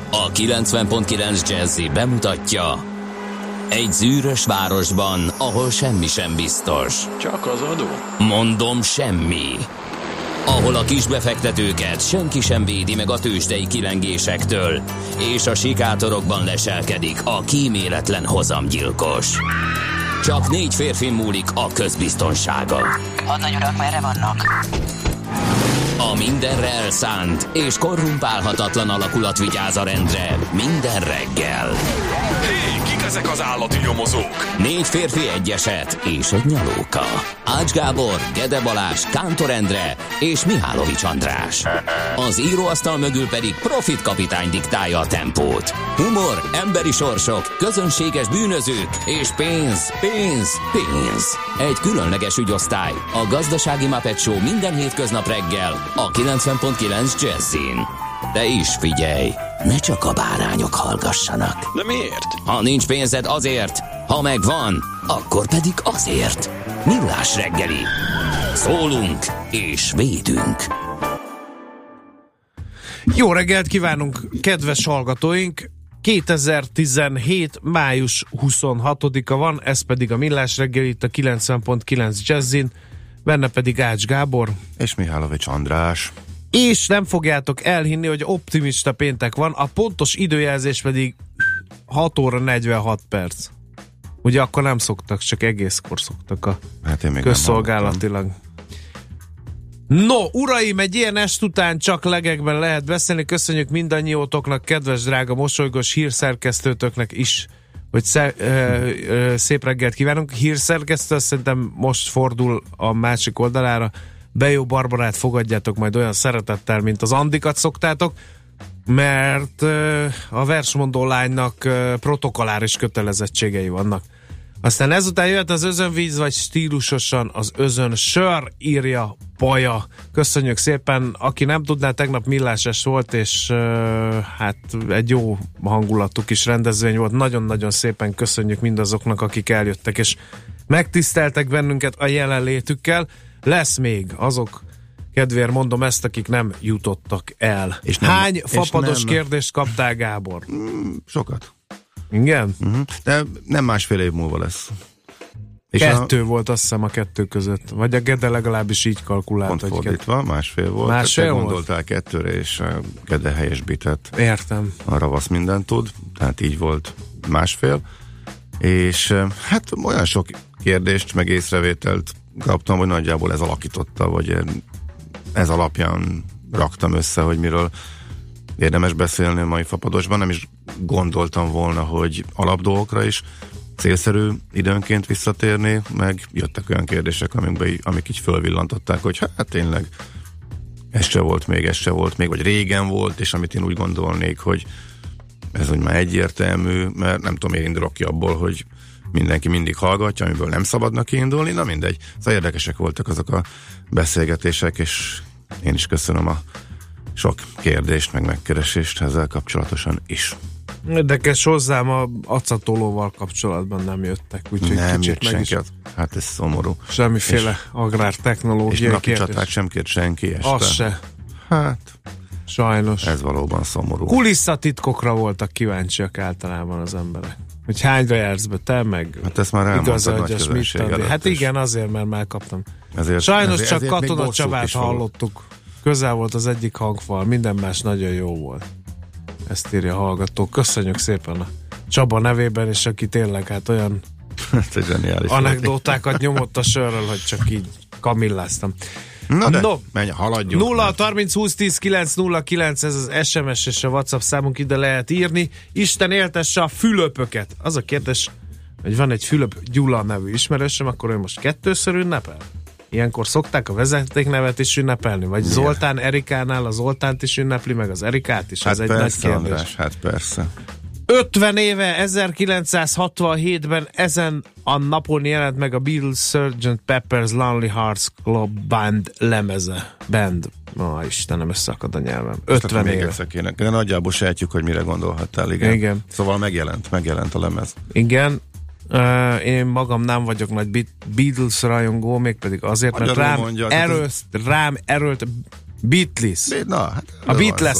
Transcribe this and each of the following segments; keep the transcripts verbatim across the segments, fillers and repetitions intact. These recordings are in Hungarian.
A kilencven pont kilenc Jazzy bemutatja: egy zűrös városban, ahol semmi sem biztos. Csak az adó? Mondom, semmi. Ahol a kisbefektetőket senki sem védi meg a tőzsdei kilengésektől, és a sikátorokban leselkedik a kíméletlen hozamgyilkos. Csak négy férfin múlik a közbiztonsága. Hadnagy urak, merre vannak? A mindenre elszánt és korrumpálhatatlan alakulat vigyáz a rendre minden reggel. Hé, kik ezek az állati nyomozók? Négy férfi, egy eset és egy nyalóka. Ács Gábor, Gede Balázs, Kántor Endre és Mihálovics András. Az íróasztal mögül pedig Profit kapitány diktálja a tempót. Humor, emberi sorsok, közönséges bűnözők és pénz, pénz, pénz. Egy különleges ügyosztály, a Gazdasági Muppet Show minden hétköznap reggel a kilencven pont kilenc Jazzin. De is figyelj, ne csak a bárányok hallgassanak. De miért? Ha nincs pénzed, azért, ha megvan, akkor pedig azért. Millás reggeli. Szólunk és védünk. Jó reggelt kívánunk, kedves hallgatóink! kétezer-tizenhét. május huszonhatodika van, ez pedig a Millás reggeli itt a kilencven pont kilenc Jazzin, benne pedig Ács Gábor és Mihálovics András. És nem fogjátok elhinni, hogy optimista péntek van, a pontos időjelzés pedig hat óra negyvenhat perc. Ugye akkor nem szoktak, csak egészkor szoktak a hát én még közszolgálatilag. No, uraim, egy ilyen est után csak legekben lehet beszélni. Köszönjük mindannyiótoknak, kedves drága mosolygós hírszerkesztőtöknek is, hogy sze, ö, ö, szép reggelt kívánunk. Hírszerkesztő szerintem most fordul a másik oldalára. Bejó Barbarát fogadjátok majd olyan szeretettel, mint az Andikat szoktátok, mert ö, a versmondó lánynak ö, protokolláris kötelezettségei vannak. Aztán ezután jöhet az özönvíz, vagy stílusosan az özönsör, írja Baja. Köszönjük szépen, aki nem tudná, tegnap milláses volt, és uh, hát egy jó hangulatú kis rendezvény volt. Nagyon-nagyon szépen köszönjük mindazoknak, akik eljöttek, és megtiszteltek bennünket a jelenlétükkel. Lesz még azok, kedvéért mondom ezt, akik nem jutottak el. És nem, Hány fapados nem... kérdést kaptál, Gábor? Mm, sokat. Igen? Uh-huh. De nem másfél év múlva lesz. És kettő a... volt, azt hiszem, a kettő között. Vagy a Gede legalábbis így kalkulált. Pont fordítva, kettő... másfél volt. Másfél Te volt? gondoltál kettőre, és a Gede helyesbített. Értem. A ravasz mindent tud, tehát így volt másfél. És hát olyan sok kérdést, meg észrevételt kaptam, hogy nagyjából ez alakította, vagy ez alapján raktam össze, hogy miről érdemes beszélni a mai fapadosban. Nem is gondoltam volna, hogy alapdolgokra is célszerű időnként visszatérni, meg jöttek olyan kérdések, amikbe, amik így fölvillantották, hogy hát tényleg ez se volt még, ez se volt még, vagy régen volt, és amit én úgy gondolnék, hogy ez úgy már egyértelmű, mert nem tudom, én indulok ki abból, hogy mindenki mindig hallgatja, amiből nem szabadnak kiindulni, na mindegy. Szóval érdekesek voltak azok a beszélgetések, és én is köszönöm a sok kérdést, meg megkeresést ezzel kapcsolatosan is. Érdekes, hozzám a acatolóval kapcsolatban nem jöttek, úgyhogy nem kicsit jött meg senki, is... hát ez szomorú. Semmiféle és, agrártechnológiai és kérdés. napi csatát sem kért senki este. Az se. Hát, sajnos. Ez valóban szomorú. Kulisszatitkokra voltak kíváncsiak általában az emberek. Hogy hányra jársz be, te meg? Hát ezt már elmondtad nagy közönség előtt. Hát igen, azért, mert már kaptam. Ezért, sajnos ezért, csak ezért Katona Csabát hallottuk. Közel volt az egyik hangfal, minden más nagyon jó volt. Ezt írja a hallgató. Köszönjük szépen a Csaba nevében, és aki tényleg hát olyan anekdótákat nyomott a sörről, hogy csak így kamilláztam. Na de, no, menj, haladjunk. nulla harminc húsz tíz kilenc nulla kilenc, ez az es em es és a WhatsApp számunk, ide lehet írni. Isten éltesse a Fülöpöket. Az a kérdés, hogy van egy Fülöp Gyula nevű ismerősöm, akkor ő most kettőször ünnepel? Ilyenkor szokták a vezetéknevet is ünnepelni? Vagy yeah. Zoltán Erikánál a Zoltánt is ünnepli, meg az Erikát is? Hát ez egy persze, nagy kérdés. András, hát persze. ötven éve, ezerkilencszázhatvanhétben ezen a napon jelent meg a Beatles sergeant Pepper's Lonely Hearts Club Band lemeze. Band. Ó, Istenem, összeakad a nyelvem. ötven éve. Még egyszer kéne. De nagyjából sejtjük, hogy mire gondolhattál, igen. igen. Szóval megjelent, megjelent a lemez. Igen. Uh, én magam nem vagyok nagy Beatles rajongó, mégpedig azért, mert rám, mondja, erőlt, rám erőlt Beatles. Na, hát a Beatlesek.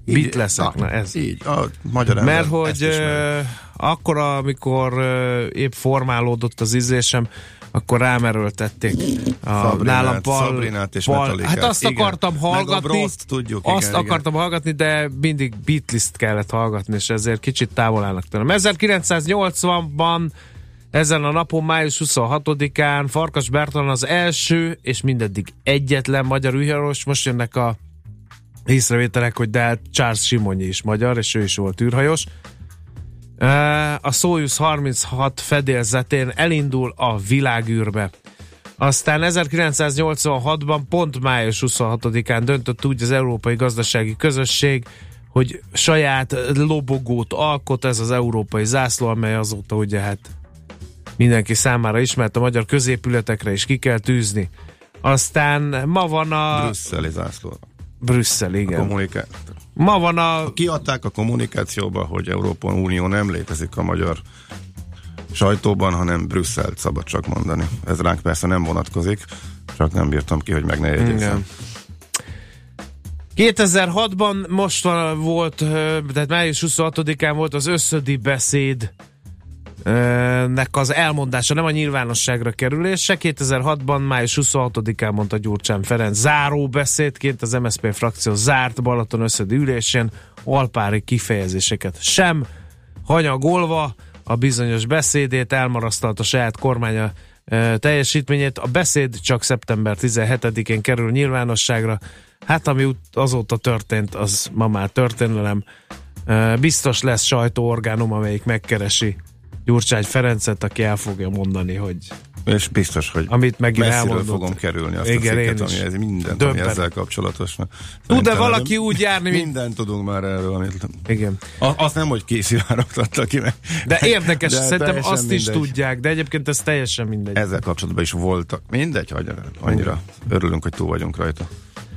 Bit leszek, na, na ez. Így, a magyar Mert hogy uh, akkor, amikor uh, épp formálódott az ízlésem, akkor rám erőltették a Szabrinát, nálam pal, Szabrinát és pal, Metallicát. hát azt igen. akartam hallgatni, Broszt, tudjuk, azt igen, akartam igen. hallgatni, de mindig Beatlist kellett hallgatni, és ezért kicsit távol állnak tőlem. ezerkilencszáznyolcvanban ezen a napon, május huszonhatodikán Farkas Bertalan az első, és mindeddig egyetlen magyar űrhajós. Most jönnek a észrevételek, hogy de hát Charles Simonyi is magyar, és ő is volt űrhajós. A Soyuz harminchat fedélzetén elindul a világűrbe. Aztán ezerkilencszáznyolcvanhatban pont május huszonhatodikán döntött úgy az Európai Gazdasági Közösség, hogy saját lobogót alkot, ez az európai zászló, amely azóta ugye hát mindenki számára ismert, a magyar középületekre is ki kell tűzni. Aztán ma van a... Brüsszeli zászló. Brüsszel, igen. A kommunika- Ma van a... Kiadták a kommunikációba, hogy Európai Unió nem létezik a magyar sajtóban, hanem Brüsszelt szabad csak mondani. Ez ránk persze nem vonatkozik, csak nem bírtam ki, hogy meg ne jegyezzem. kétezer-hatban most van, volt, tehát május huszonhatodikán volt az összödi beszéd nek az elmondása, nem a nyilvánosságra kerülése. kétezer-hatban május huszonhatodikán mondta Gyurcsány Ferenc záróbeszédként az em es zé pé frakció zárt Balaton összödi ülésén alpári kifejezéseket sem hanyagolva a bizonyos beszédét, elmarasztalta saját kormánya e, teljesítményét. A beszéd csak szeptember tizenhetedikén kerül nyilvánosságra. Hát ami azóta történt, az ma már történelem. E, biztos lesz sajtóorgánum, amelyik megkeresi Gyurcsány Ferencet, aki el fogja mondani, hogy és biztos, hogy amit megint messziről elmondott. fogom kerülni azt Igen, a cikket, én is. ami ez mindent, Döbben. ami ezzel kapcsolatos. Tud-e valaki úgy járni, mint... Mindent tudunk már erről, amit... Igen. A, azt nem, hogy kiszivárogtatta ki meg. De érdekes, de szerintem teljesen azt is mindegy. tudják, de egyébként ez teljesen mindegy. Ezzel kapcsolatban is voltak. Mindegy, annyira, annyira örülünk, hogy túl vagyunk rajta.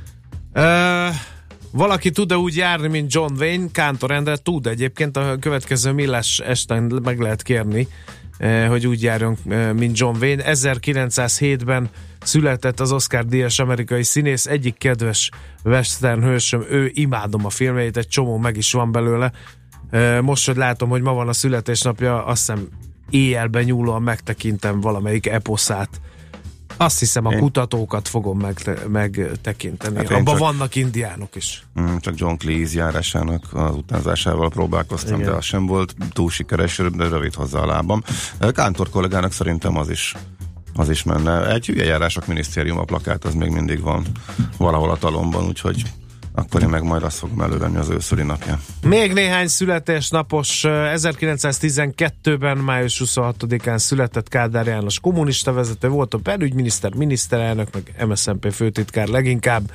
Uh, valaki tud-e úgy járni, mint John Wayne? Kántor Endre tud egyébként, a következő Millás este meg lehet kérni, uh, hogy úgy járjon, uh, mint John Wayne. ezerkilencszázhétben született az Oscar-díjas amerikai színész, egyik kedves western hősöm, ő, imádom a filmjeit, egy csomó meg is van belőle. Uh, most, hogy látom, hogy ma van a születésnapja, azt hiszem éjjelben nyúlóan megtekintem valamelyik eposzát. Azt hiszem, a én... kutatókat fogom meg, megtekinteni. Hát Abban csak... vannak indiánok is. Mm, csak John Cleese járásának az utánzásával próbálkoztam, Igen. de az sem volt túl sikeres, de rövid hozzá a lábam. Kántor kollégának szerintem az is az is menne. Egy hülye járások minisztérium a plakát, az még mindig van valahol a talomban, úgyhogy akkor én meg majd azt fogom elővenni az őszöli napján. Még néhány születésnapos. ezerkilencszáztizenkettőben május huszonhatodikán született Kádár János kommunista vezető, volt a belügyminiszter, miniszterelnök, meg em es zé pé főtitkár leginkább.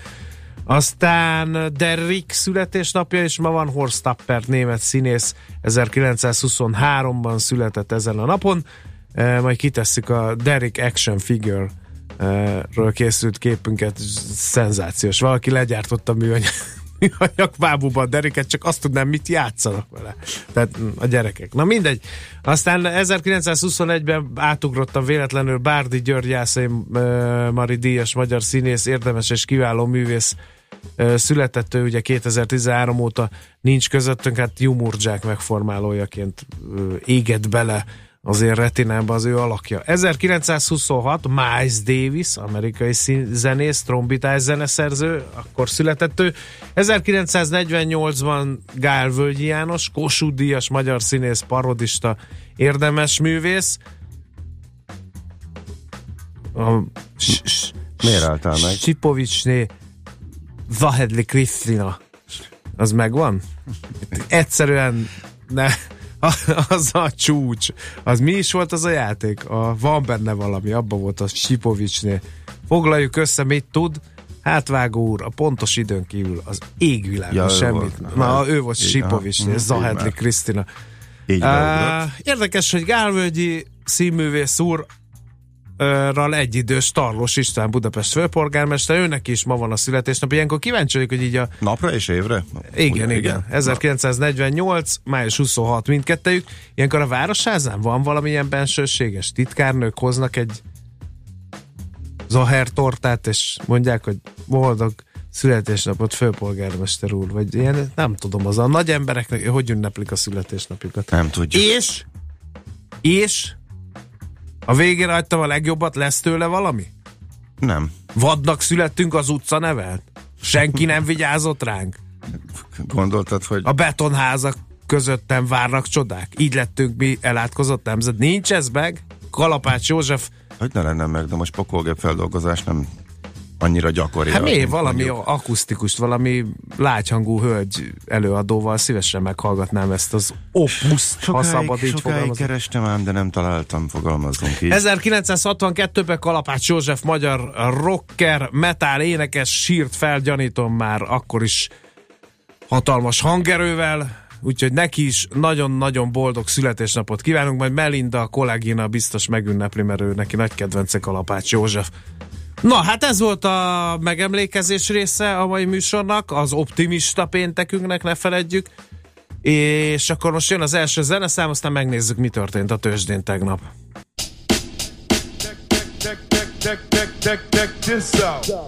Aztán Derrick születésnapja, és ma van Horst Tappert, német színész, ezerkilencszázhuszonháromban született ezen a napon. E, majd kitesszük a Derrick Action Figure ről készült képünket, szenzációs. Valaki legyártotta műanyag, műanyag bábúban Derricket, csak azt tudnám, mit játszanak vele. Tehát a gyerekek. Na mindegy. Aztán ezerkilencszázhuszonegyben átugrottam véletlenül Bárdi György Jászai Mari díjas magyar színész, érdemes és kiváló művész született, ő ugye kétezer-tizenhárom óta nincs közöttünk, hát Jumurdzsák megformálójaként égett bele azért retinámban az ő alakja. ezerkilencszázhuszonhat Miles Davis, amerikai zenész, trombitás zeneszerző, akkor született ő. ezerkilencszáznegyvennyolcban Gál Völgyi János, Kossuth díjas magyar színész, parodista, érdemes művész. A, s, s, Miért álltál meg? Sipovicsné Zahedli Krisztina. Az megvan? Egyszerűen ne... az a csúcs. Az mi is volt az a játék? A, van benne valami, abban volt a Sipovicsnél. Foglaljuk össze, mit tud. Hátvágó úr, a pontos időn kívül az égvilágon ja, semmit. Volt. Na, hát, ő volt Sipovicsnél, Zahedli Krisztina. Uh, érdekes, hogy Gálvölgyi színművész úr ral egyidős Tarlós István Budapest főpolgármester, őnek is ma van a születésnap. Ilyenkor kíváncsi vagyok, hogy így a... Napra és évre? Igen, Ugye, igen. igen. ezerkilencszáznegyvennyolc, május huszonhat mindkettejük. Ilyenkor a Városházán van valamilyen bensőséges titkárnők, hoznak egy Zaher tortát, és mondják, hogy boldog Születésnapot, főpolgármester úr, vagy ilyen, nem tudom, az a nagy embereknek, hogy ünneplik a születésnapjukat. Nem tudjuk. És, és a végén hagytam a legjobbat, lesz tőle valami? Nem. Vadnak születtünk az utca nevelt? Senki nem vigyázott ránk? Gondoltad, hogy... A betonházak között nem várnak csodák? Így lettünk mi elátkozott nemzet. Nincs ez meg? Kalapács József. Hogy ne lenne meg, de most pokolgép feldolgozás nem annyira gyakori. Hát mi, valami mondjuk. akusztikust, valami lágyhangú hölgy előadóval szívesen meghallgatnám ezt az opuszt, ha szabad így Sokáig fogalmazni. kerestem ám, de nem találtam, fogalmazunk így. ezerkilencszázhatvankettőben Kalapács József, magyar rocker, metal énekes sírt fel, gyanítom már akkor is hatalmas hangerővel, úgyhogy neki is nagyon-nagyon boldog születésnapot kívánunk, majd Melinda, a kollégina biztos megünnepli, mert ő neki nagy kedvence Kalapács József. Na, hát ez volt a megemlékezés része a mai műsornak, az optimista péntekünknek, ne feledjük. És akkor most jön az első zeneszám, aztán megnézzük, mi történt a tőzsdén tegnap. Check, check, check, check, check, check, check this out.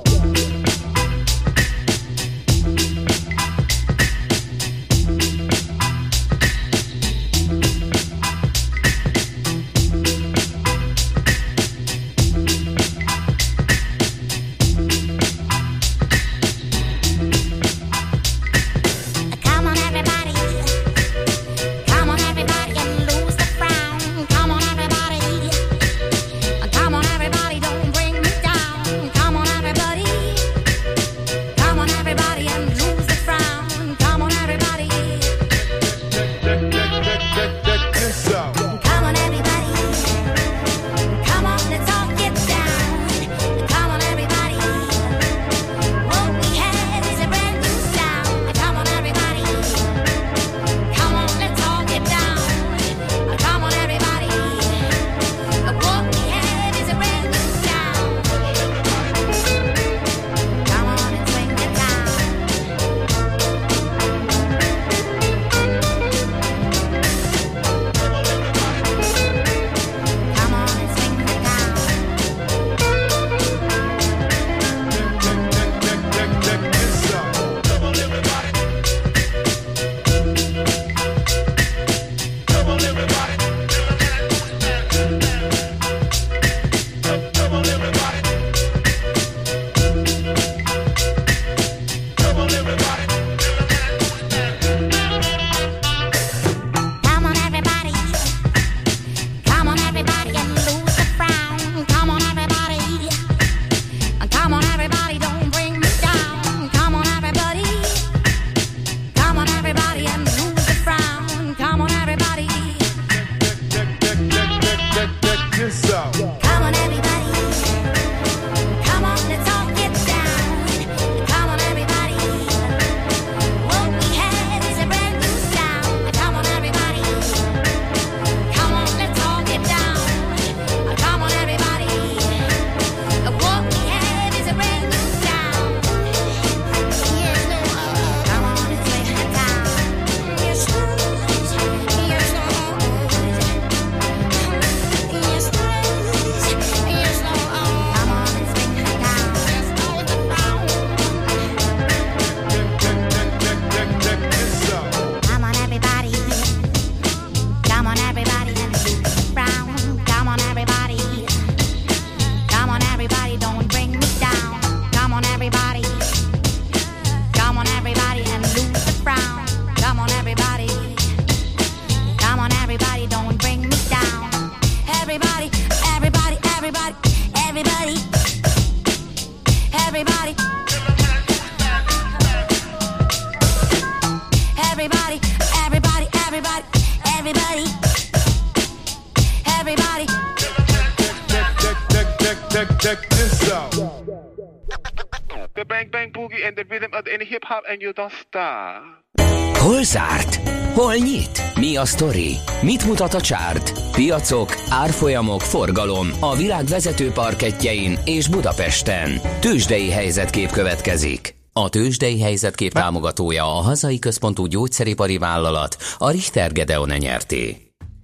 Hol zárt? Hol nyit? Mi a sztori? Mit mutat a csárt? Piacok, árfolyamok, forgalom a világ vezető parkettjein és Budapesten. Tőzsdei helyzetkép következik. A Tőzsdei helyzetkép támogatója a hazai központú gyógyszeripari vállalat, a Richter Gedeon nyerté.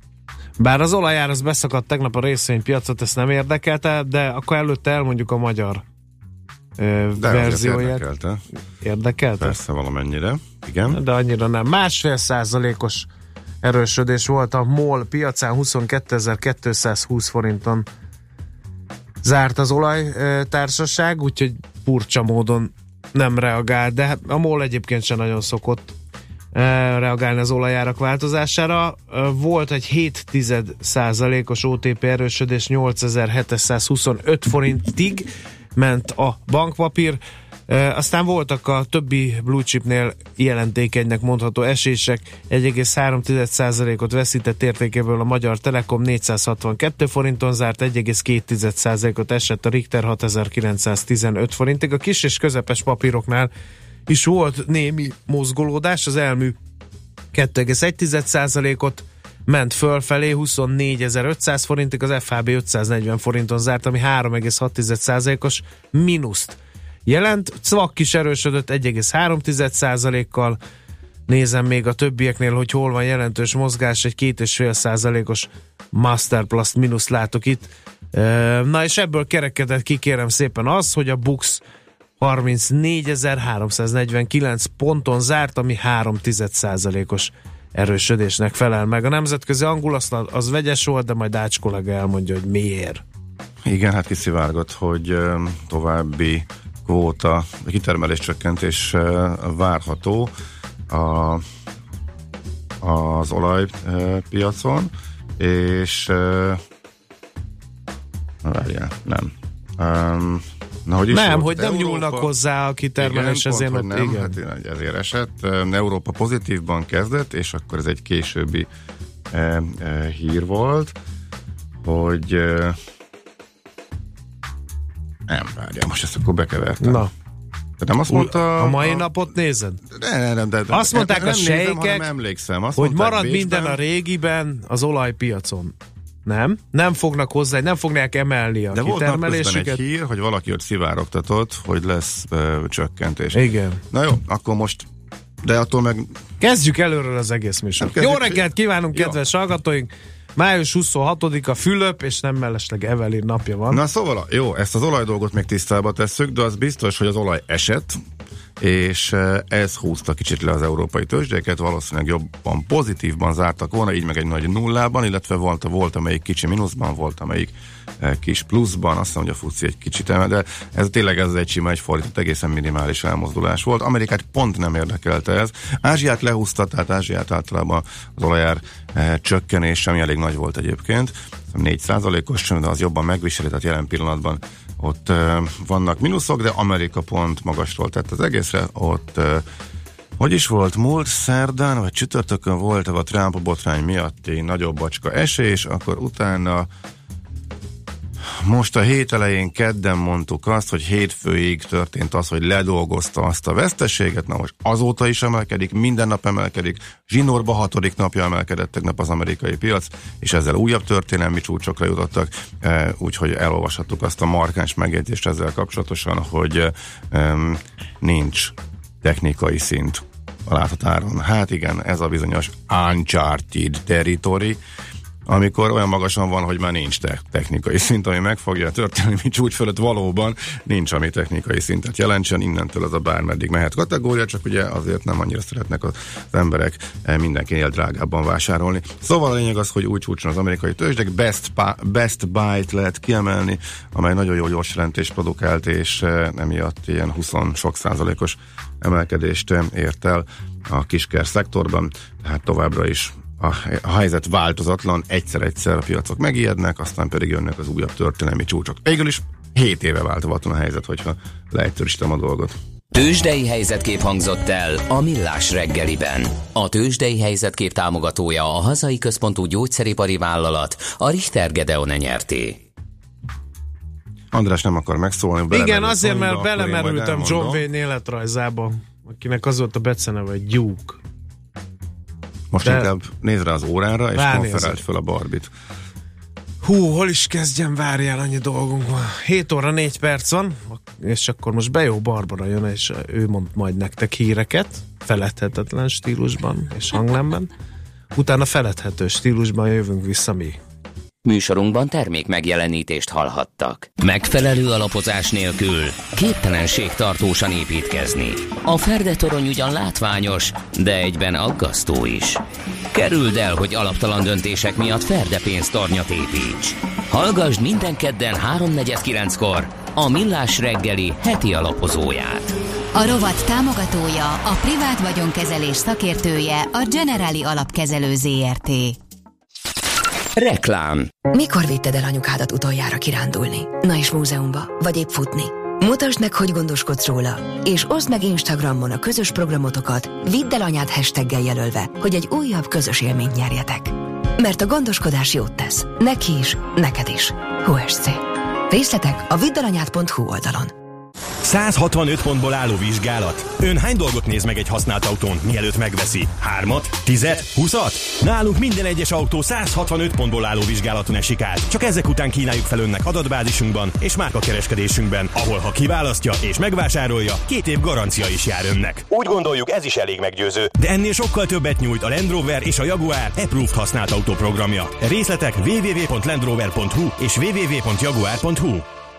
Bár az olajár az beszakadt tegnap a részvénypiacot, ezt nem érdekelte, de akkor előtte elmondjuk a magyar De verzióját. érdekelte. Érdekelte? Persze valamennyire, igen. De annyira nem. Másfél százalékos erősödés volt a MOL piacán, huszonkétezer-kétszázhúsz forinton zárt az olajtársaság, úgyhogy furcsa módon nem reagál, de a MOL egyébként sem nagyon szokott reagálni az olajárak változására. Volt egy hét tized százalékos o té pé erősödés, nyolcezer-hétszázhuszonöt forintig ment a bankpapír. Aztán voltak a többi blue chipnél jelentékenynek mondható esések, egy egész három tized százalékot veszített értékéből a Magyar Telekom, négyszázhatvankettő forinton zárt, egy egész két tized százalékot esett a Richter, hatezer-kilencszáztizenöt forintig. A kis és közepes papíroknál is volt némi mozgolódás, az Elmű kettő egész egy tized százalékot ment fölfelé, huszonnégyezer-ötszáz forintig, az ef há bé ötszáznegyven forinton zárt, ami három egész hat tized százalékos mínuszt jelent. Cvak is erősödött egy egész három tized százalékkal. Nézem még a többieknél, hogy hol van jelentős mozgás, egy két egész öt százalékos Masterplast mínusz látok itt. Na és ebből kerekedett ki, kérem szépen, az, hogy a Bux harmincnégyezer-háromszáznegyvenkilenc ponton zárt, ami három tized százalékos erősödésnek felel meg. A nemzetközi angulaszlat az vegyes volt, de majd Ács kollega elmondja, hogy miért. Igen, hát kiszivárgott, hogy további kvóta, kitermelés csökkentés várható a, az olajpiacon, és várjál, nem. Um, Na, hogy nem, volt? hogy nem Európa, nyúlnak hozzá a kitermelés, igen, ezért pont, ott, nem, igen. Hát ezért esett. Európa pozitívban kezdett, és akkor ez egy későbbi e, e, hír volt, hogy e, nem, várjál, most ezt akkor bekevertem. Na. De nem azt mondta... A mai a, napot nézed? De, de, de, de, de, azt mondták nem, a nem sejkek, nézem, emlékszem. Azt hogy marad Bécsben, minden a régiben az olajpiacon. Nem? Nem fognak hozzá, nem fogják emelni a de kitermelésüket. De volt egy hír, hogy valaki ott szivárogtatott, hogy lesz uh, csökkentés. Igen. Na jó, akkor most, de attól meg... Kezdjük előről az egész műsor. Jó reggelt kívánunk, jó. Kedves hallgatóink! május huszonhatodika Fülöp, és nem mellesleg Evelyn napja van. Na szóval, jó, ezt az olajdolgot még tisztába tesszük, de az biztos, hogy az olaj esett, és ez húzta kicsit le az európai tőzsdéket, valószínűleg jobban pozitívban zártak volna, így meg egy nagy nullában, illetve volt, volt amelyik kicsi mínuszban, volt amelyik kis pluszban, azt hiszem, hogy a fuci egy kicsit emel, de ez tényleg ez egy sima, egy fordított, egészen minimális elmozdulás volt. Amerikát pont nem érdekelte ez. Ázsiát lehúzta, tehát Ázsiát általában az olajár eh, csökkenés, ami elég nagy volt egyébként, négy százalékos, de az jobban megviseli, tehát jelen pillanatban ott eh, vannak mínuszok, de Amerika pont magasról tett az egészre, ott eh, hogy is volt, múlt szerdán, vagy csütörtökön volt a Trump botrány miatti nagyobb bacska esés, akkor utána most a hét elején kedden mondtuk azt, hogy hétfőig történt az, hogy ledolgozta azt a veszteséget, na most azóta is emelkedik, minden nap emelkedik, zsinórba hatodik napja emelkedett tegnap az amerikai piac, és ezzel újabb történelmi csúcsokra jutottak, e, úgyhogy elolvashattuk azt a markáns megjegyzést ezzel kapcsolatosan, hogy e, nincs technikai szint a láthatáron. Hát igen, ez a bizonyos uncharted territory, amikor olyan magasan van, hogy már nincs te- technikai szint, ami megfogja a történelmi csúcs fölött, valóban nincs, ami technikai szintet jelentsen, innentől az a bármeddig mehet kategória, csak ugye azért nem annyira szeretnek az emberek mindenkinél drágábban vásárolni. Szóval a lényeg az, hogy úgy csúcson az amerikai tőzsdék, Best, pa- Best Buy-t lehet kiemelni, amely nagyon jó gyors jelentést produkált, és emiatt ilyen húsz sok százalékos emelkedést ért el a kisker szektorban, tehát továbbra is A, a helyzet változatlan, egyszer-egyszer a piacok megijednek, aztán pedig jönnek az újabb történelmi csúcsok. Végül is hét éve változatlan a helyzet, hogyha leegyszerűsítem a dolgot. Tőzsdei helyzetkép hangzott el a Millás reggeliben. A tőzsdei helyzetkép támogatója a hazai központú gyógyszeripari vállalat, a Richter Gedeon nyerté. András nem akar megszólni. Igen, azért, mert belemerültem John Wayne életrajzába, akinek az volt a beceneve, hogy Duke. Most de... inkább nézd rá az órára, és konferáld föl a Barbit. Hú, hol is kezdjem, várjál, annyi dolgunk van. hét óra négy perc van, és akkor most Bejó Barbara jön, és ő mond majd nektek híreket, feledhetetlen stílusban és hangnemben. Utána feledhető stílusban jövünk vissza mi. Műsorunkban termék megjelenítést hallhattak. Megfelelő alapozás nélkül képtelenség tartósan építkezni. A Ferdetorony ugyan látványos, de egyben aggasztó is. Kerüld el, hogy alaptalan döntések miatt Ferde pénztornyot építs. Hallgasd minden kedden háromnegyed kilenckor a Millás reggeli heti alapozóját. A rovat támogatója, a privát vagyonkezelés szakértője, a Generali Alapkezelő zé er té. Reklám. Mikor vitted el anyukádat utoljára kirándulni? Na és múzeumba, vagy épp futni? Mutasd meg, hogy gondoskodsz róla, és oszd meg Instagramon a közös programotokat, vidd el anyád hashtaggel jelölve, hogy egy újabb közös élményt nyerjetek. Mert a gondoskodás jót tesz. Neki is, neked is. hú es cé. Részletek a viddalanyád pont hú oldalon. száz hatvanöt pontból álló vizsgálat. Ön hány dolgot néz meg egy használt autón, mielőtt megveszi? Hármat? Tízet? Húszat? Nálunk minden egyes autó száz hatvanöt pontból álló vizsgálaton esik át. Csak ezek után kínáljuk fel önnek adatbázisunkban és márkakereskedésünkben, ahol ha kiválasztja és megvásárolja, két év garancia is jár önnek. Úgy gondoljuk, ez is elég meggyőző. De ennél sokkal többet nyújt a Land Rover és a Jaguar Approved használt autó programja. Részletek double-u double-u double-u pont land rover pont hu és double-u double-u double-u pont jaguar pont hu.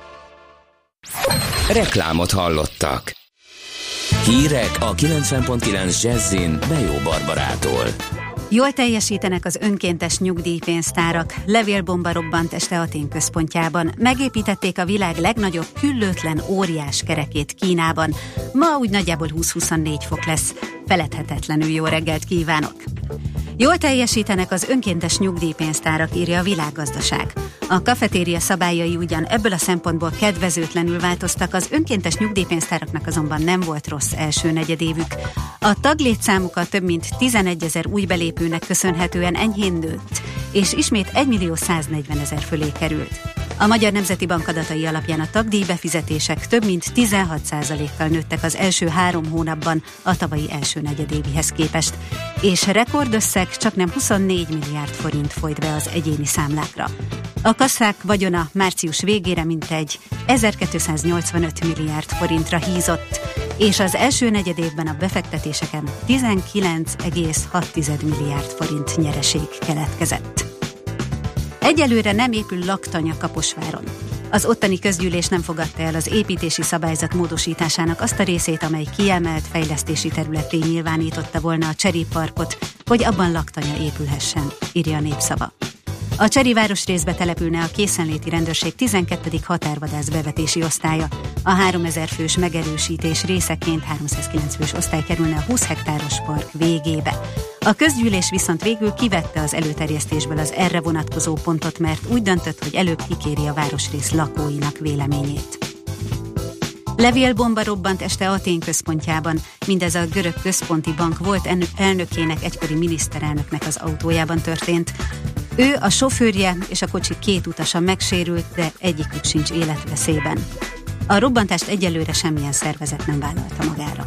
Reklámot hallottak. Hírek a kilencven pont kilenc Jazzin Bejó Barbarától. Jól teljesítenek az önkéntes nyugdíjpénztárak. Levélbomba robbant este Atén központjában. Megépítették a világ legnagyobb küllőtlen óriás kerekét Kínában. Ma úgy nagyjából húsz-huszonnégy fok lesz. Feledhetetlenül jó reggelt kívánok! Jól teljesítenek az önkéntes nyugdíjpénztárak, írja a Világgazdaság. A kafetéria szabályai ugyan ebből a szempontból kedvezőtlenül változtak, az önkéntes nyugdíjpénztáraknak azonban nem volt rossz első negyedévük. A taglétszámukat több mint tizenegyezer új belépőnek köszönhetően enyhén nőtt, és ismét egymillió száznegyvenezer fölé került. A Magyar Nemzeti Bank adatai alapján a tagdíjbefizetések több mint tizenhat százalékkal nőttek az első három hónapban a tavalyi első negyedévihez képest, és rekordösszeg csaknem huszonnégy milliárd forint folyt be az egyéni számlákra. A kasszák vagyona március végére mintegy ezerkétszáznyolcvanöt milliárd forintra hízott, és az első negyedévben a befektetéseken tizenkilenc egész hat milliárd forint nyereség keletkezett. Egyelőre nem épül laktanya Kaposváron. Az ottani közgyűlés nem fogadta el az építési szabályzat módosításának azt a részét, amely kiemelt fejlesztési területté nyilvánította volna a Cseri parkot, hogy abban laktanya épülhessen, írja a Népszava. A Cseri városrészbe települne a készenléti rendőrség tizenkettedik határvadász bevetési osztálya. A háromezer fős megerősítés részeként háromszázkilenc fős osztály kerülne a húsz hektáros park végébe. A közgyűlés viszont végül kivette az előterjesztésből az erre vonatkozó pontot, mert úgy döntött, hogy előbb kikéri a városrész lakóinak véleményét. Levélbomba robbant este Atén központjában, mindez a görög központi bank volt elnökének, egykori miniszterelnöknek az autójában történt. Ő, a sofőrje és a kocsi két utasa megsérült, de egyikük sincs életveszélyben. A robbantást egyelőre semmilyen szervezet nem vállalta magára.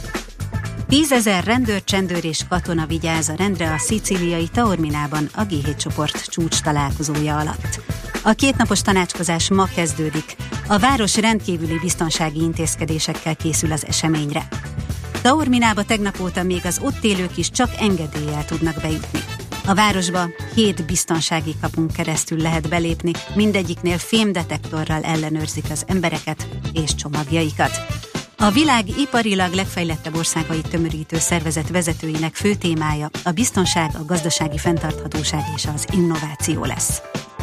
Tízezer rendőr, csendőr és katona vigyáz a rendre a szicíliai Taorminában a gé hét csoport csúcs találkozója alatt. A kétnapos tanácskozás ma kezdődik. A város rendkívüli biztonsági intézkedésekkel készül az eseményre. Taorminába tegnap óta még az ott élők is csak engedéllyel tudnak bejutni. A városba hét biztonsági kapun keresztül lehet belépni, mindegyiknél fémdetektorral ellenőrzik az embereket és csomagjaikat. A világ iparilag legfejlettebb országait tömörítő szervezet vezetőinek fő témája a biztonság, a gazdasági fenntarthatóság és az innováció lesz.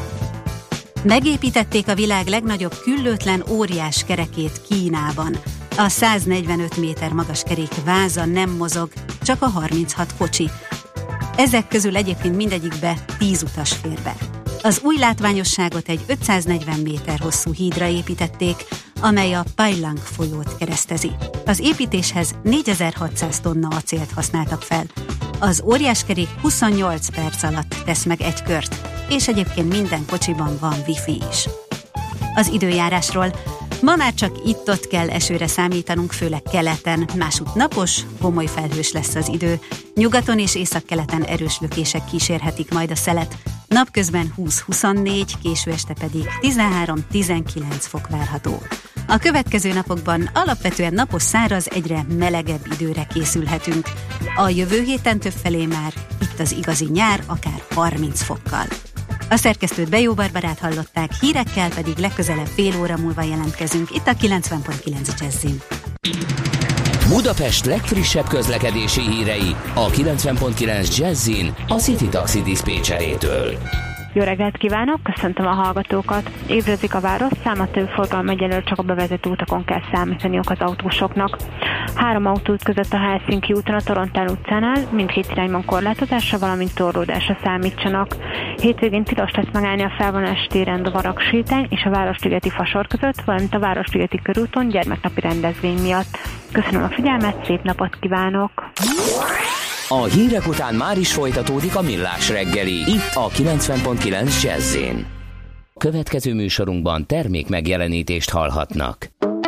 Megépítették a világ legnagyobb küllőtlen óriás kerekét Kínában. A száznegyvenöt méter magas kerék váza nem mozog, csak a harminchat kocsi. Ezek közül egyébként mindegyikbe tíz utas fér be. Az új látványosságot egy ötszáznegyven méter hosszú hídra építették, amely a Pailang folyót keresztezi. Az építéshez négyezer-hatszáz tonna acélt használtak fel. Az óriáskerék huszonnyolc perc alatt tesz meg egy kört, és egyébként minden kocsiban van wifi is. Az időjárásról: ma már csak itt-ott kell esőre számítanunk, főleg keleten, másút napos, gomoly felhős lesz az idő. Nyugaton és északkeleten erős lökések kísérhetik majd a szelet. Napközben húsz-huszonnégy, késő este pedig tizenhárom-tizenkilenc fok várható. A következő napokban alapvetően napos, száraz, egyre melegebb időre készülhetünk. A jövő héten többfelé már itt az igazi nyár, akár harminc fokkal. A szerkesztőt Bejó Barbarát hallották, hírekkel pedig legközelebb fél óra múlva jelentkezünk itt a kilencven pont kilenc Jazzin. Budapest legfrissebb közlekedési hírei a kilencven pont kilenc Jazzin a City Taxi diszpécserétől. Jó reggelt kívánok, köszöntöm a hallgatókat. Évrezik a városszám, a több forgalom egyelőre csak a bevezető utakon kell számítaniuk az autósoknak. Három autóút között a Helsinki úton, a Torontál utcánál mindkét irányban korlátozásra, valamint torlódásra számítsanak. Hétvégén tilos lesz megállni a Felvonási téren a Varagsétány és a Városligeti Fasor között, valamint a Városligeti körúton gyermeknapi rendezvény miatt. Köszönöm a figyelmet, szép napot kívánok! A hírek után már is folytatódik a Millás reggeli, itt a kilencven pont kilenc Jazz-én. Következő műsorunkban termék megjelenítést hallhatnak.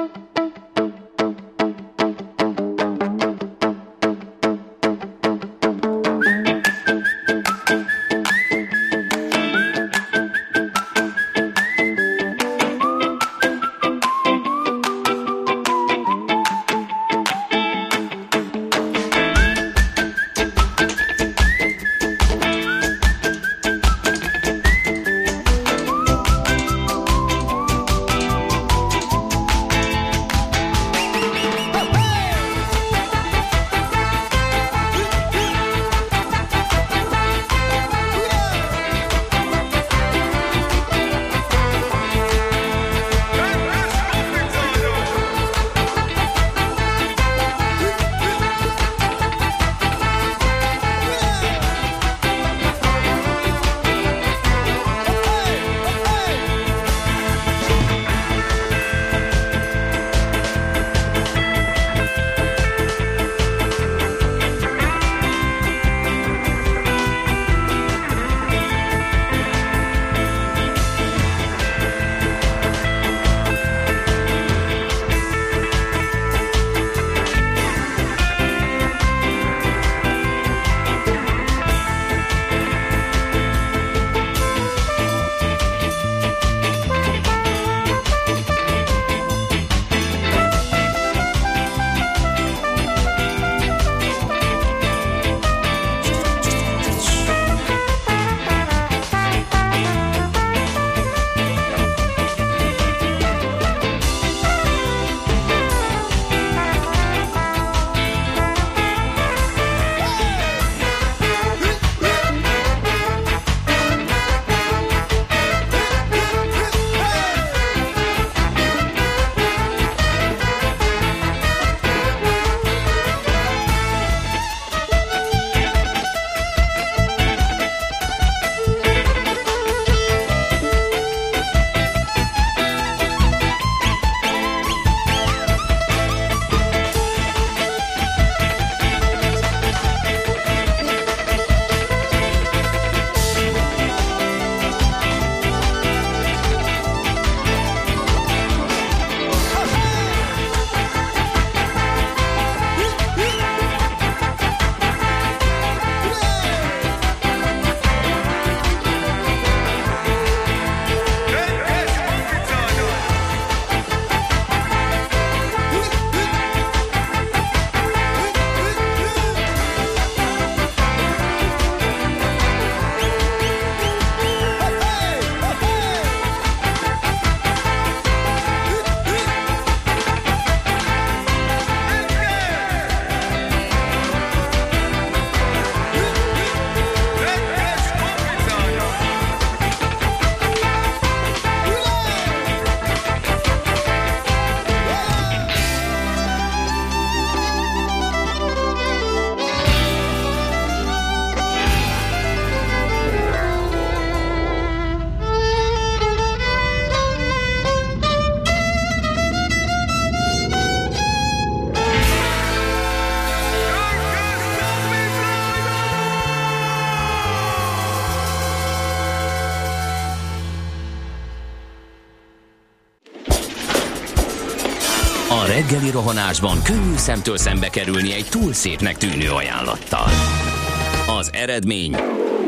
A reggeli rohanásban könnyű szemtől szembe kerülni egy túl szépnek tűnő ajánlattal. Az eredmény...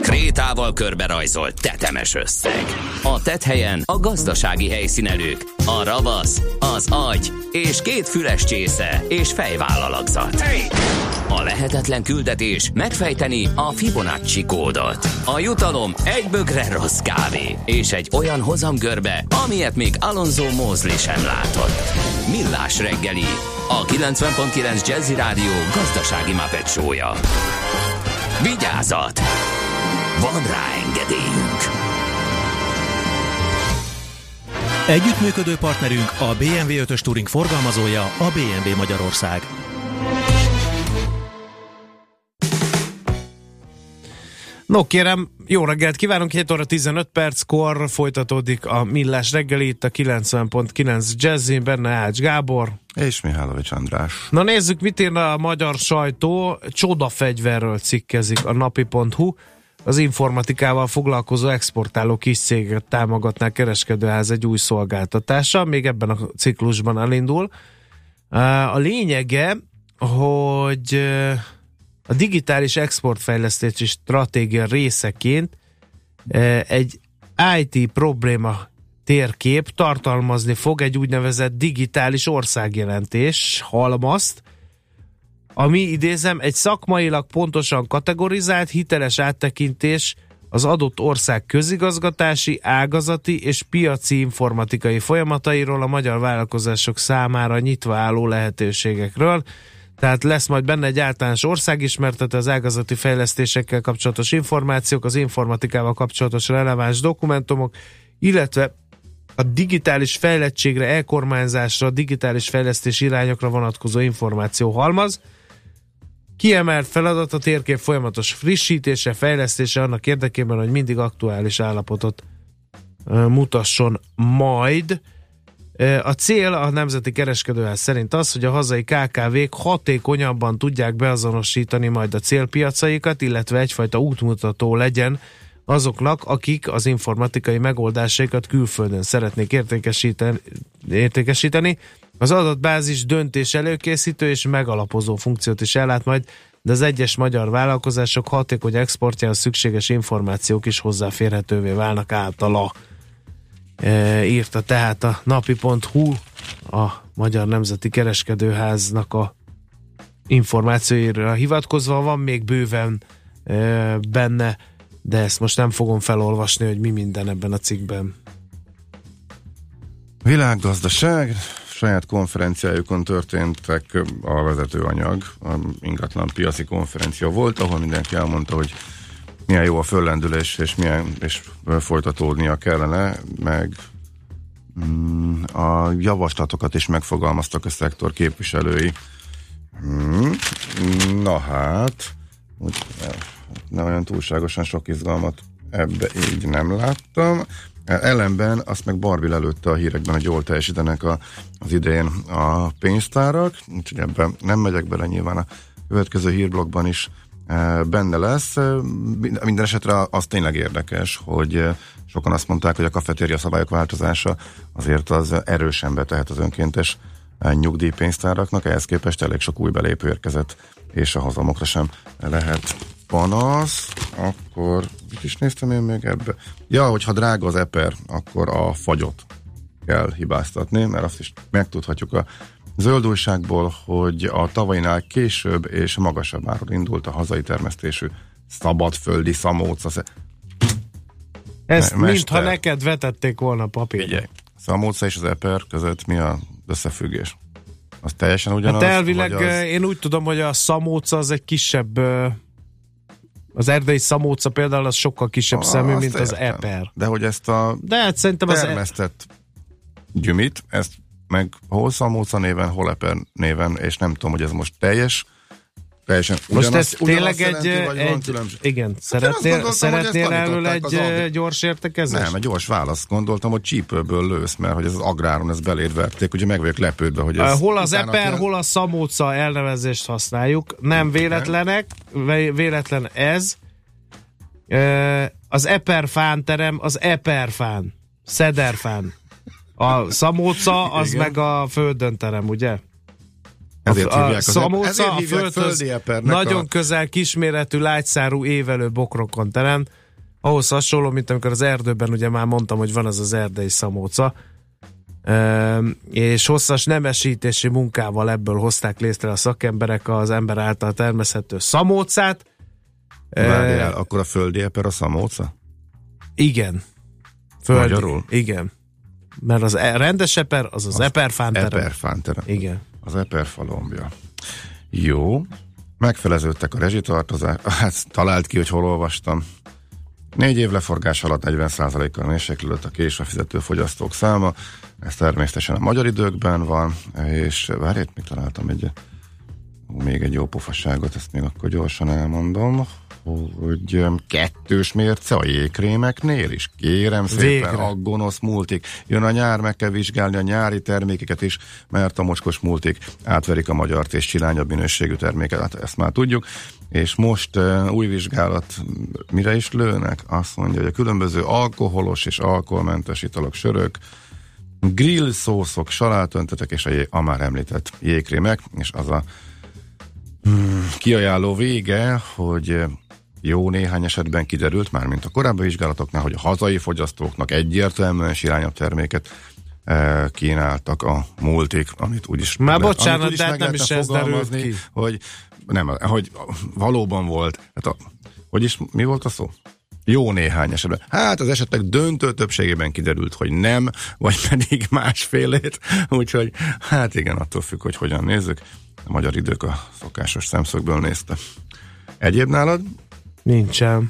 Krétával körberajzolt tetemes összeg. A tetthelyen a gazdasági helyszínelők, a ravasz, az agy és két füles csésze és fejvállalakzat. A lehetetlen küldetés megfejteni a Fibonacci kódot. A jutalom egy bögre rossz kávé és egy olyan hozamgörbe, amilyet még Alonso Mosley sem látott. Millás reggeli, a kilencven pont kilenc Jazzy Rádió gazdasági Muppet show-ja. Vigyázat! Van rá engedélyünk! Együttműködő partnerünk a bé em vé ötös Touring forgalmazója, a bé em vé Magyarország. No kérem, jó reggelt kívánunk, hét óra tizenöt perckor folytatódik a Millás reggeli, itt a kilencven pont kilenc Jazzy, benne Ács Gábor. És Mihálovics András. Na nézzük, mit írna a magyar sajtó. Csodafegyverről cikkezik a napi pont hu. Az informatikával foglalkozó exportáló kis céget támogatná kereskedőház egy új szolgáltatása, még ebben a ciklusban elindul. A lényege, hogy a digitális exportfejlesztési stratégia részeként egy i té probléma térkép tartalmazni fog egy úgynevezett digitális országjelentés halmazt, ami, idézem, egy szakmailag pontosan kategorizált, hiteles áttekintés az adott ország közigazgatási, ágazati és piaci informatikai folyamatairól, a magyar vállalkozások számára nyitva álló lehetőségekről. Tehát lesz majd benne egy általános országismertető, az ágazati fejlesztésekkel kapcsolatos információk, az informatikával kapcsolatos releváns dokumentumok, illetve a digitális fejlettségre, e-kormányzásra, digitális fejlesztés irányokra vonatkozó információ halmaz. Kiemelt feladat a térkép folyamatos frissítése, fejlesztése annak érdekében, hogy mindig aktuális állapotot mutasson majd. A cél a Nemzeti Kereskedőház szerint az, hogy a hazai ká ká vék hatékonyabban tudják beazonosítani majd a célpiacaikat, illetve egyfajta útmutató legyen azoknak, akik az informatikai megoldásaikat külföldön szeretnék értékesíteni. értékesíteni. Az adatbázis döntés előkészítő és megalapozó funkciót is ellát majd, de az egyes magyar vállalkozások hatékony exportjához szükséges információk is hozzáférhetővé válnak általa. E, írta tehát a napi pont hu a Magyar Nemzeti Kereskedőháznak a információira hivatkozva. Van még bőven e, benne, de ezt most nem fogom felolvasni, hogy mi minden ebben a cikkben. Világgazdaság, saját konferenciájukon történtek a vezetőanyag, a ingatlan piaci konferencia volt, ahol mindenki elmondta, hogy milyen jó a föllendülés, és milyen és folytatódnia kellene, meg mm, a javaslatokat is megfogalmaztak a szektor képviselői. Mm, na hát, úgy, nem olyan túlságosan sok izgalmat ebbe így nem láttam. Ellenben azt meg Barbie lelőtte a hírekben, hogy jól teljesítenek a, az idején a pénztárak, úgyhogy ebben nem megyek bele, nyilván a következő hírblogban is e, benne lesz. Minden esetre az tényleg érdekes, hogy sokan azt mondták, hogy a kafetéria szabályok változása azért az erősen betehet az önkéntes nyugdíjpénztáraknak, ehhez képest elég sok új belépő érkezett, és a hazamokra sem lehet panasz. Akkor mit is néztem én még ebbe? Ja, hogyha drága az eper, akkor a fagyot kell hibáztatni, mert azt is megtudhatjuk a zöld újságból, hogy a tavainál később és magasabb áron indult a hazai termesztésű szabadföldi szamóca. Ezt Me- mintha neked vetették volna papírra. Figyelj, szamóca és az eper között mi az összefüggés? Az teljesen ugyanaz? Hát elvileg az... én úgy tudom, hogy a szamóca az egy kisebb, az erdei szamóca például az sokkal kisebb ah, szemű, mint értem. Az eper. De hogy ezt a De hát szerintem termesztett az gyümit, ezt meg hol szamóca néven, hol eper néven, és nem tudom, hogy ez most teljes, teljesen ugyanaz, most ez tényleg jelenti, egy, egy igen, szeretnél, gondoltam, szeretnél erről egy az gyors értekezés? Nem, egy gyors válasz. Gondoltam, hogy csípőből lősz, mert hogy ez az agráron, ez beléd verték, ugye meg vagyok lepődve, hogy ez... Hol az eper, kell... hol a szamóca elnevezést használjuk, nem véletlenek, véletlen ez. Az eperfán terem, az eperfán, szederfán. A szamóca, az igen. Meg a földön terem, ugye? Ezért a, hívják, a szamóca ezért a földhöz nagyon a... közel kisméretű, lágyszárú évelő bokrokon terem. ahhoz hasonló, mint amikor az erdőben, ugye már mondtam, hogy van az az erdei szamóca, e, és hosszas nemesítési munkával ebből hozták létre a szakemberek az ember által termeszthető szamócát. Várjál, e, akkor a földi eper a szamóca? Igen. Földi, Magyarul? Igen. Mert az e- rendes eper, az az, az eperfánterem. Eperfánterem. Igen. Az eperfalombja. Jó. Megfeleződtek a rezsitartozás. Hát talált ki, hogy hol olvastam. Négy év leforgás alatt negyven százalékkal mérséklődött a késve fizető fogyasztók száma. Ez természetesen a magyar időkben van, és várját, mit találtam egy még egy jó pofasságot, ezt még akkor gyorsan elmondom, hogy kettős mérce a jégkrémeknél is. Kérem szépen, végre. A gonosz multik. Jön a nyár, meg kell vizsgálni a nyári termékeket is, mert a mocskos multik átverik a magyart és csilányabb minőségű terméket. Hát ezt már tudjuk. És most uh, új vizsgálat mire is lőnek? Azt mondja, hogy a különböző alkoholos és alkoholmentes italok, sörök, grill szószok, salátöntetek és a, jé- a már említett jégkrémek, és az a hmm, kiajánló vége, hogy jó néhány esetben kiderült, már mint a korábbi vizsgálatoknál, hogy a hazai fogyasztóknak egyértelműen sirányabb terméket eh, kínáltak a multik, amit úgyis már le, bocsánat, úgyis de nem is ez derült ki. Hogy, nem, hogy valóban volt, hát a, hogy is, mi volt a szó? Jó néhány esetben. Hát az esetek döntő többségében kiderült, hogy nem, vagy pedig másfélét, úgyhogy hát igen, attól függ, hogy hogyan nézzük. A Magyar Idők a szokásos szemszögből nézte. Egyéb nálad? Nincsen.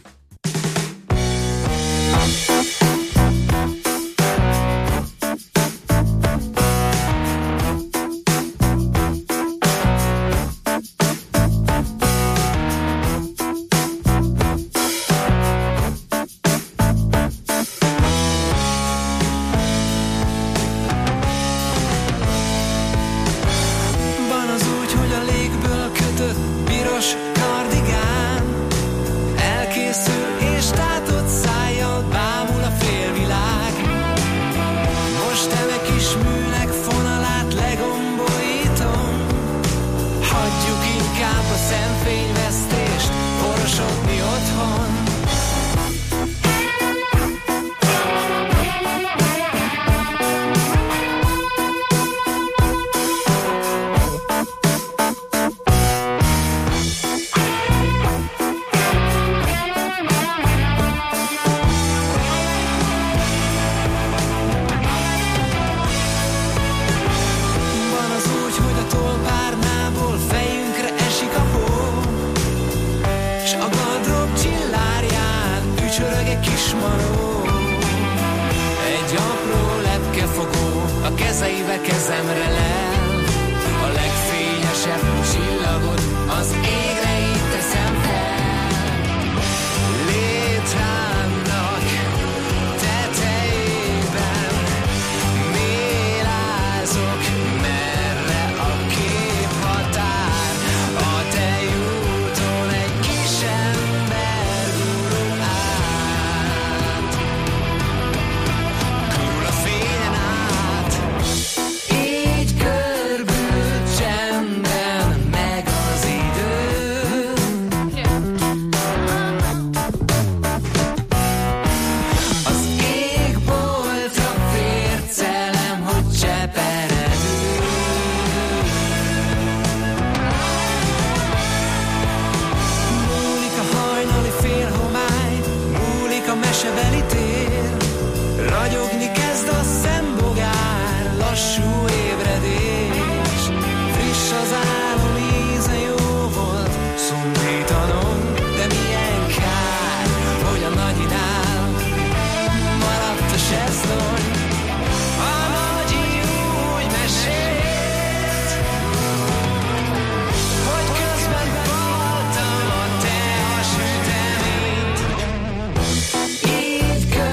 Így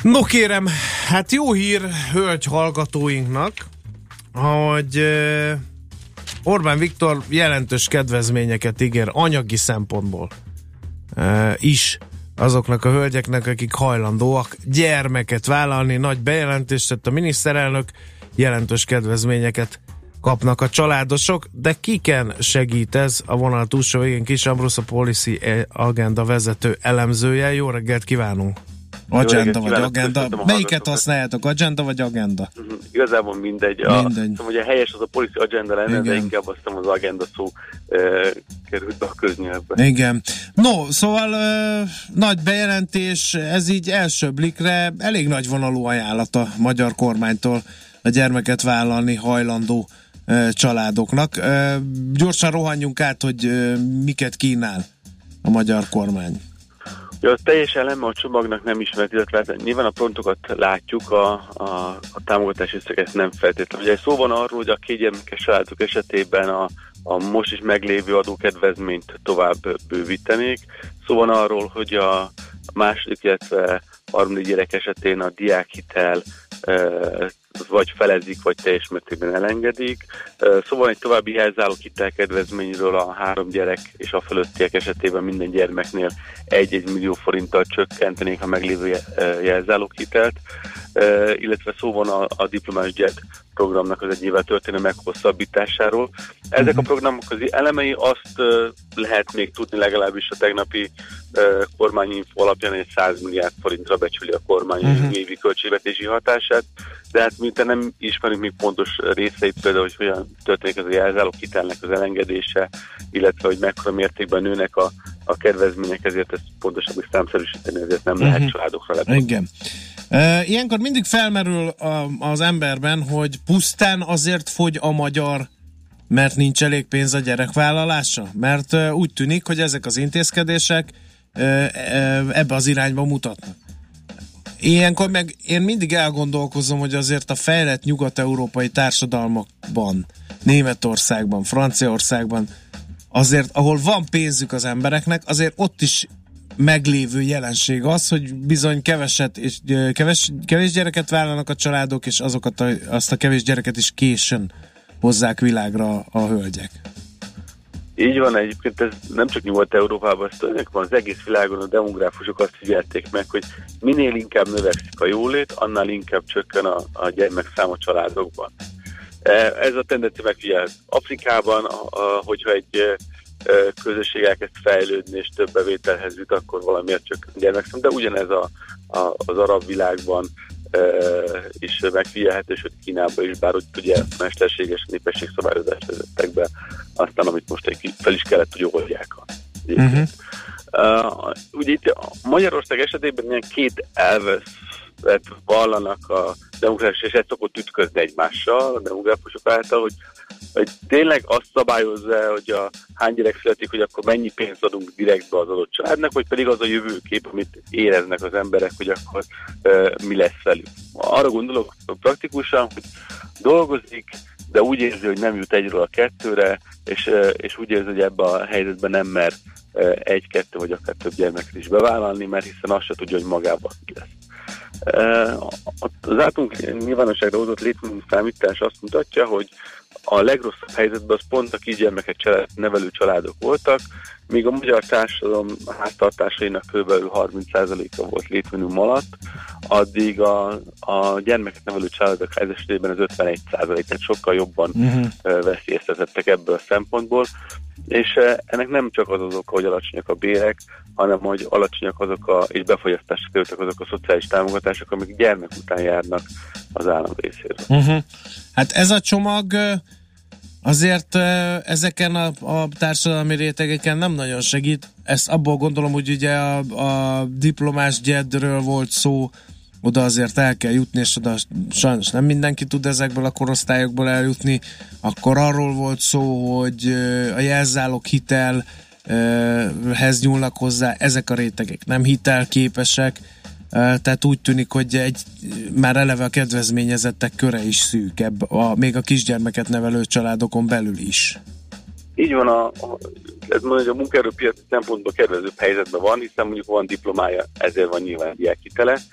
No kérem, hát jó hír hölgy hallgatóinknak, hogy Orbán Viktor jelentős kedvezményeket ígér anyagi szempontból is azoknak a hölgyeknek, akik hajlandóak gyermeket vállalni. Nagy bejelentést tett a miniszterelnök, jelentős kedvezményeket kapnak a családosok, de kiken segít ez? A vonal túlsó végén Kis Ambrosz, a Policy Agenda vezető elemzője. Jó reggelt kívánunk! Agenda vagy agenda? Melyiket használjátok? Agenda vagy agenda? Uh-huh. Igazából mindegy. A, mindegy. Azt hogy a helyes az a Policy Agenda lenne, igen, de inkább azt hiszem az agenda szó e, került be a köznyelvbe. Igen. No, szóval e, nagy bejelentés, ez így első blikre elég nagy vonalú ajánlat a magyar kormánytól a gyermeket vállalni hajlandó e, családoknak. E, gyorsan rohanjunk át, hogy e, miket kínál a magyar kormány. Ja, az teljes eleme a csomagnak nem ismert, illetve nyilván a pontokat látjuk, a, a, a támogatási összeget nem feltétlenül. Ugye szó van arról, hogy a kétgyermekes családok esetében a, a most is meglévő adókedvezményt tovább bővítenék. Szó van arról, hogy a második, illetve harmadik gyerek esetén a diákhitel e, vagy felezik, vagy teljes mértékben elengedik. Szóval egy további jelzálók hitelkedvezményről a három gyerek és a fölöttiek esetében minden gyermeknél egy-egy millió forinttal csökkentenék a meglévő jelzálók hitelt, illetve szó van a, a diplomás jet programnak az egy évvel történő meghosszabbításáról. Ezek a programok az elemei azt lehet még tudni, legalábbis a tegnapi kormányinfo alapján, egy száz milliárd forintra becsüli a kormány uh-huh. évi költségvetési hatását, de hát miután nem ismerünk még pontos részeit, például, hogy hogyan történik az a jelzálók hitelnek az elengedése, illetve hogy mekkora mértékben nőnek a, a kedvezmények, ezért ezt pontosabb számszerűsíteni, ezért nem uh-huh. lehet családokra lehetni. Igen. Uh, ilyenkor mindig felmerül a, az emberben, hogy pusztán azért fogy a magyar, mert nincs elég pénz a gyerekvállalása? Mert uh, úgy tűnik, hogy ezek az intézkedések uh, uh, ebbe az irányba mutatnak. Ilyenkor meg én mindig elgondolkozom, hogy azért a fejlett nyugat-európai társadalmakban, Németországban, Franciaországban, azért, ahol van pénzük az embereknek, azért ott is meglévő jelenség az, hogy bizony keveset és keves, kevés gyereket vállalnak a családok, és azokat a, azt a kevés gyereket is későn hozzák világra a hölgyek. Így van, egyébként ez nem csak Nyugat-Európában, ez tulajdonképpen az egész világon a demográfusok azt figyelték meg, hogy minél inkább növekszik a jólét, annál inkább csökken a, a gyermekszám a családokban. Ez a tendencia megfigyel Afrikában, a, a, hogyha egy közösség elkezd fejlődni és több bevételhez jut, akkor valamiért csökken a gyermekszám, de ugyanez a, a, az arab világban e, is megfigyelhető, hogy Kínában is, bár úgy ugye mesterséges népességszabályozást vezettek be, aztán amit most egy fel is kellett, hogy oldják. Uh-huh. Uh, ugye itt Magyarország esetében ilyen két elvet vallanak a demográfus, és ez szokott ütközni egymással a demográfusok által, hogy, hogy tényleg azt szabályozza, hogy a hány gyerek születik, hogy akkor mennyi pénzt adunk direktbe az adott családnak, vagy pedig az a jövőkép, amit éreznek az emberek, hogy akkor uh, mi lesz velük. Arra gondolok praktikusan, hogy dolgozik, de úgy érzi, hogy nem jut egyről a kettőre, és, uh, és úgy érzi, hogy ebben a helyzetben nem mer uh, egy-kettő vagy akár több gyermeket is bevállalni, mert hiszen azt se tudja, hogy magában ki lesz. Az általunk nyilvánosságra hozott létszámítás azt mutatja, hogy a legrosszabb helyzetben az pont a kisgyermeket család, nevelő családok voltak, míg a magyar társadalom háztartásainak kb. harminc százaléka volt létminimum alatt, addig a, a gyermeket nevelő családok helyzetében az ötvenegy százalék, tehát sokkal jobban uh-huh. veszélyeztetettek ebből a szempontból, és ennek nem csak az az oka, hogy alacsonyak a bérek, hanem hogy alacsonyak azok a, és befogyasztásra kerültek azok a szociális támogatások, amik gyermek után járnak az állam részéről. Uh-huh. Hát ez a csomag azért ezeken a, a társadalmi rétegeken nem nagyon segít. Ezt abból gondolom, hogy ugye a, a diplomás gyedről volt szó, oda azért el kell jutni, és oda sajnos nem mindenki tud ezekből a korosztályokból eljutni. Akkor arról volt szó, hogy a jelzálog hitelhez nyúlnak hozzá, ezek a rétegek nem hitelképesek, tehát úgy tűnik, hogy egy, már eleve a kedvezményezettek köre is szűk, ebb, a, még a kisgyermeket nevelő családokon belül is. Így van, a, a, ez mondja, a munkaerőpiaci szempontból kedvezőbb helyzetben van, hiszen mondjuk van diplomája, ezért van nyilván diákhitele,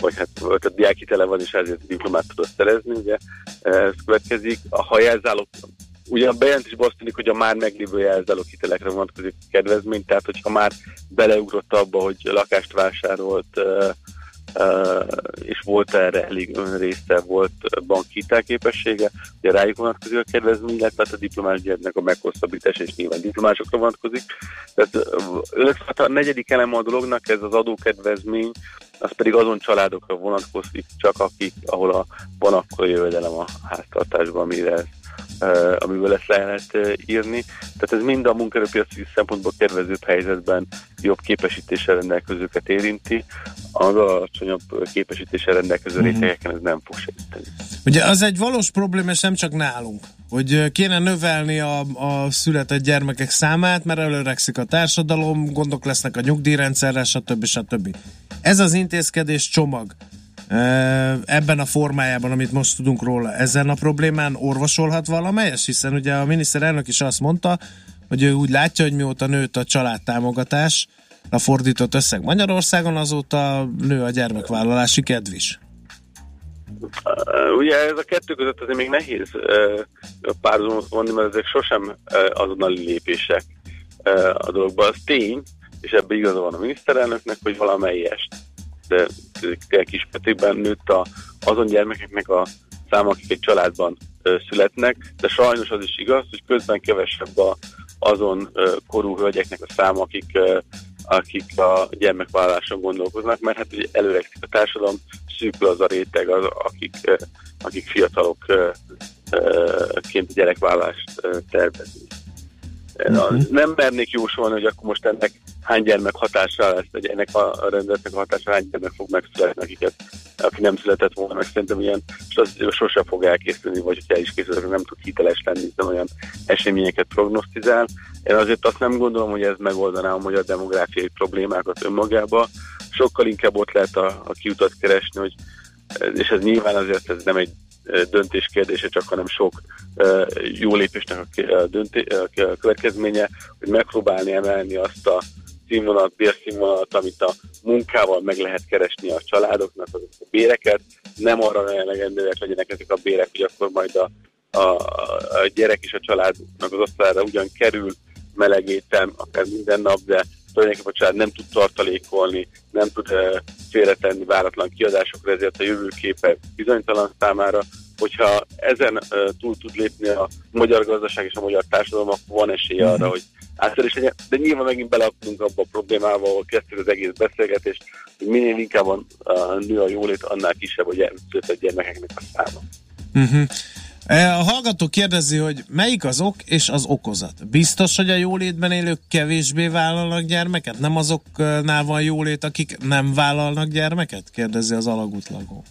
vagy hát a diákhitele van, és ezért diplomát tudod szerezni, ugye ez következik. A ha jelzálog, ugye a bejelentésben azt tűnik, hogy a már meglévő jelzálog hitelekre vonatkozik kedvezmény, tehát hogyha már beleugrott abba, hogy lakást vásárolt, Uh, és volt erre elég önrésze, volt banki hitelképessége, ugye rájuk vonatkozik a kedvezmény, illetve a diplomás gyermek a meghosszabbítása, és nyilván diplomásokra vonatkozik. Tehát uh, a negyedik elem a dolognak, ez az adókedvezmény, az pedig azon családokra vonatkozik csak, akik, ahol a, van akkor jövedelem a háztartásban, amire Uh, amiből ezt lehet uh, írni. Tehát ez mind a munkaerőpiaci szempontból kedvezőbb helyzetben jobb képesítéssel rendelkezőket érinti, az alacsonyabb képesítéssel rendelkező uh-huh. rétegeken ez nem fog segíteni. Ugye az egy valós probléma, és nem csak nálunk, hogy kéne növelni a, a született gyermekek számát, mert előregszik a társadalom, gondok lesznek a nyugdíjrendszerrel, stb. stb. Ez az intézkedés csomag ebben a formájában, amit most tudunk róla, ezen a problémán orvosolhat valamelyes? Hiszen ugye a miniszterelnök is azt mondta, hogy ő úgy látja, hogy mióta nőtt a családtámogatás, a fordított összeg Magyarországon, azóta nő a gyermekvállalási kedv is. Uh, ugye ez a kettő között azért még nehéz uh, párhuzamot mondani, mert ezek sosem uh, azonnali lépések uh, a dologban. Az tény, és ebben igaza van a miniszterelnöknek, hogy valamelyest de kismértékben nőtt a, azon gyermekeknek a száma, akik egy családban ö, születnek, de sajnos az is igaz, hogy közben kevesebb a, azon ö, korú hölgyeknek a száma, akik, ö, akik a gyermekvállaláson gondolkoznak, mert hát ugye előregszik a társadalom, szűkül az a réteg, az, akik, ö, akik fiatalokként gyerekvállalást ö, tervezni. Uh-huh. Nem mernék jósolni, hogy akkor most ennek hány gyermek hatással lesz, hogy ennek a rendeletnek a hatással hány gyermek fog megszületni, akiket, aki nem született volna, meg szerintem ilyen, és az sosem fog elkészülni, vagy hogyha el is készül, nem tud hiteles lenni, hiszen olyan eseményeket prognosztizál. Én azért azt nem gondolom, hogy ez megoldaná a magyar demográfiai problémákat önmagába. Sokkal inkább ott lehet a, a kiutat keresni, hogy, és ez nyilván azért ez nem egy döntés kérdése, csak hanem sok uh, jó lépésnek a, dönté- a következménye, hogy megpróbálni emelni azt a színvonalat, bérszínvonalat, amit a munkával meg lehet keresni a családoknak, azok a béreket, nem arra elegendőek legyenek ezek a bérek, hogy akkor majd a, a, a gyerek és a családnak az asztalára ugyan kerül meleg étel, akár minden nap, de tulajdonképpen a család nem tud tartalékolni, nem tud uh, félretenni váratlan kiadásokra, ezért a jövőképe bizonytalan számára. Hogyha ezen uh, túl tud lépni a magyar gazdaság és a magyar társadalom, akkor van esélye arra, hogy átszerés legyen. De nyilván megint beleakadunk abba a problémába, ahol kezdtük az egész beszélgetést, hogy minél inkább a, a nő a jólét, annál kisebb a gyermek, gyermekeknek a száma. Uh-huh. A hallgató kérdezi, hogy melyik az ok és az okozat. Biztos, hogy a jólétben élők kevésbé vállalnak gyermeket? Nem azoknál van jólét, akik nem vállalnak gyermeket? Kérdezi az alagutlagó.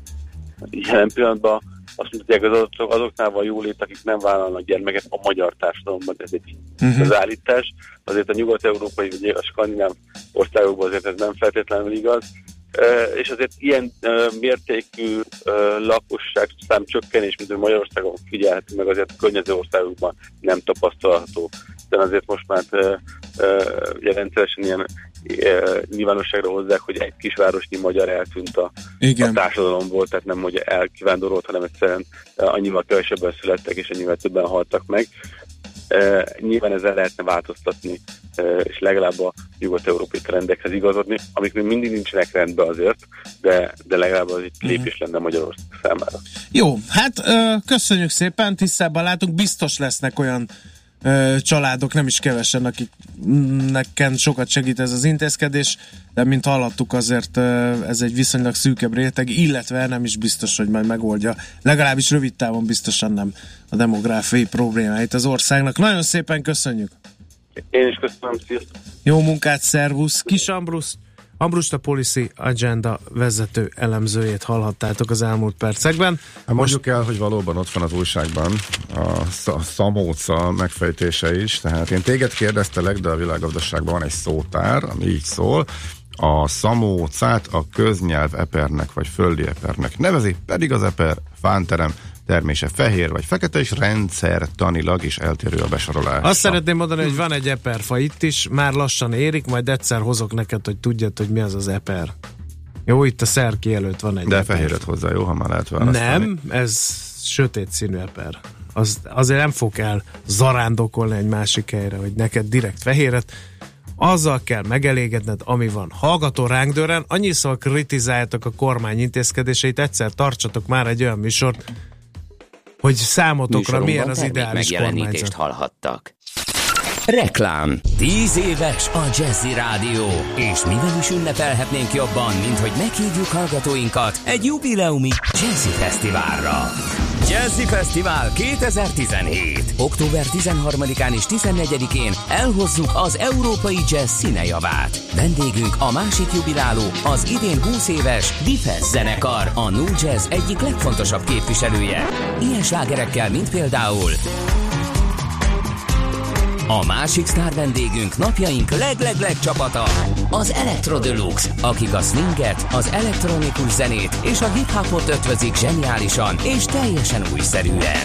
Jelen pillanatban azt mondják, az azoknál van jólét, akik nem vállalnak gyermeket a magyar társadalomban. Ez egy uh-huh. az állítás. Azért a nyugat-európai, vagy a skandináv országokban azért ez nem feltétlenül igaz. Uh, és azért ilyen uh, mértékű uh, lakosság szám csökkenés, mint Magyarországon figyelhető, meg azért a környező országokban nem tapasztalható. De azért most már uh, uh, ugye rendszeresen ilyen uh, nyilvánosságra hozzák, hogy egy kisvárosnyi magyar eltűnt a, a társadalomból, tehát nem hogy elkivándorolt, hanem egyszerűen uh, annyival kevesebben születtek, és annyival többen haltak meg. Uh, nyilván ezzel lehetne változtatni, uh, és legalább a nyugat-európai trendekhez igazodni, amik még mindig nincsenek rendben azért, de, de legalább az itt lépés lenne Magyarország számára. Jó, hát uh, köszönjük szépen, tisztában látunk, biztos lesznek olyan uh, családok, nem is kevesen, akiknek sokat segít ez az intézkedés, de mint hallottuk azért uh, ez egy viszonylag szűkebb réteg, illetve nem is biztos, hogy majd megoldja, legalábbis rövid távon biztosan nem a demográfiai problémáit az országnak. Nagyon szépen köszönjük! Én is köszönöm, sziasztok! Jó munkát, szervusz! Kis Ambrus, Ambrus a Policy Agenda vezető elemzőjét hallhattátok az elmúlt percekben. Hát mondjuk el, hogy valóban ott van az újságban a szamóca megfejtése is, tehát én téged kérdeztelek, de a világgazdaságban van egy szótár, ami így szól, a szamócát a köznyelv epernek vagy földi epernek nevezi, pedig az eper fánterem, termése fehér vagy fekete, és rendszertanilag is eltérő a besorolás. Azt szeretném mondani, hogy van egy eperfa itt is, már lassan érik, majd egyszer hozok neked, hogy tudjad, hogy mi az az eper. Jó, itt a szerki előtt van egy. De fehéret hozzá, jó, ha már lehet választani. Nem, ez sötét színű eper. Az, azért nem fog el zarándokolni egy másik helyre, hogy neked direkt fehéret. Azzal kell megelégedned, ami van. Hallgató ránk dőren, annyiszor kritizáljátok a kormány intézkedéseit, egyszer tartsatok már egy olyan műsort, hogy számotokra milyen az ideális kormányzat. Hallhattak. Reklám. Tíz éves a Jazzy Rádió, és mivel is ünnepelhetnénk jobban, mint hogy meghívjuk hallgatóinkat egy jubileumi Jazzy Fesztiválra. Jazzy Fesztivál kétezer-tizenhét. október tizenharmadikán és tizennegyedikén elhozzuk az európai jazz színejavát. Vendégünk a másik jubiláló, az idén húsz éves Diffes zenekar, a nu jazz egyik legfontosabb képviselője. Ilyen slágerekkel, mint például a másik sztár vendégünk napjaink leg-leg-leg csapata, az Electro Deluxe, akik a swinget, az elektronikus zenét és a hip-hopot ötvözik zseniálisan és teljesen újszerűen.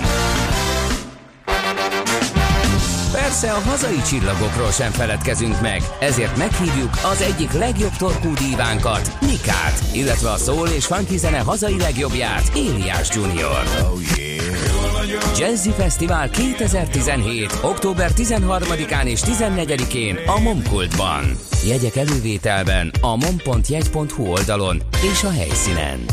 Persze a hazai csillagokról sem feledkezünk meg, ezért meghívjuk az egyik legjobb torkú dívánkat, Nikát, illetve a soul és funky zene hazai legjobbját, Éliás junior Oh yeah. Jazzy Fesztivál kétezer-tizenhét. október tizenharmadikán és tizennegyedikén a Momkultban. Jegyek elővételben a mom pont jegy pont hu oldalon és a helyszínen.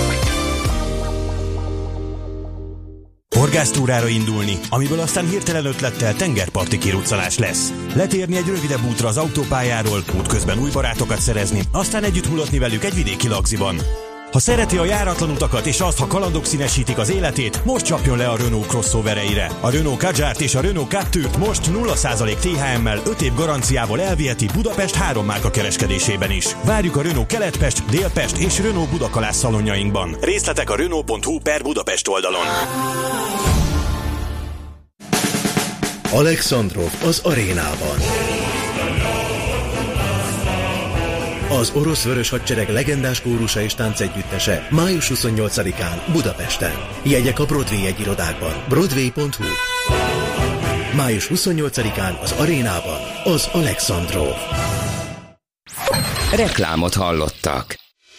Horgásztúrára indulni, amiből aztán hirtelen ötlettel tengerparti kiruccanás lesz. Letérni egy rövidebb útra az autópályáról, útközben új barátokat szerezni, aztán együtt hullatni velük egy vidéki lagziban. Ha szereti a járatlan utakat és azt, ha kalandok színesítik az életét, most csapjon le a Renault crossovereire. A Renault Kadjart és a Renault Captur-t most nulla százalék té há em-mel öt év garanciával elviheti Budapest három márka kereskedésében is. Várjuk a Renault Keletpest, Délpest és Renault Budakalász szalonjainkban. Részletek a renault pont hu per Budapest oldalon. Alexandrov az arénában. Az orosz vörös hadsereg legendás kórusa és táncegyüttese május huszonnyolcadikán Budapesten. Jegyek a Broadway egyirodákban. broadway pont hu. május huszonnyolcadikán az arénában az Alexandrov. Reklámot hallottak.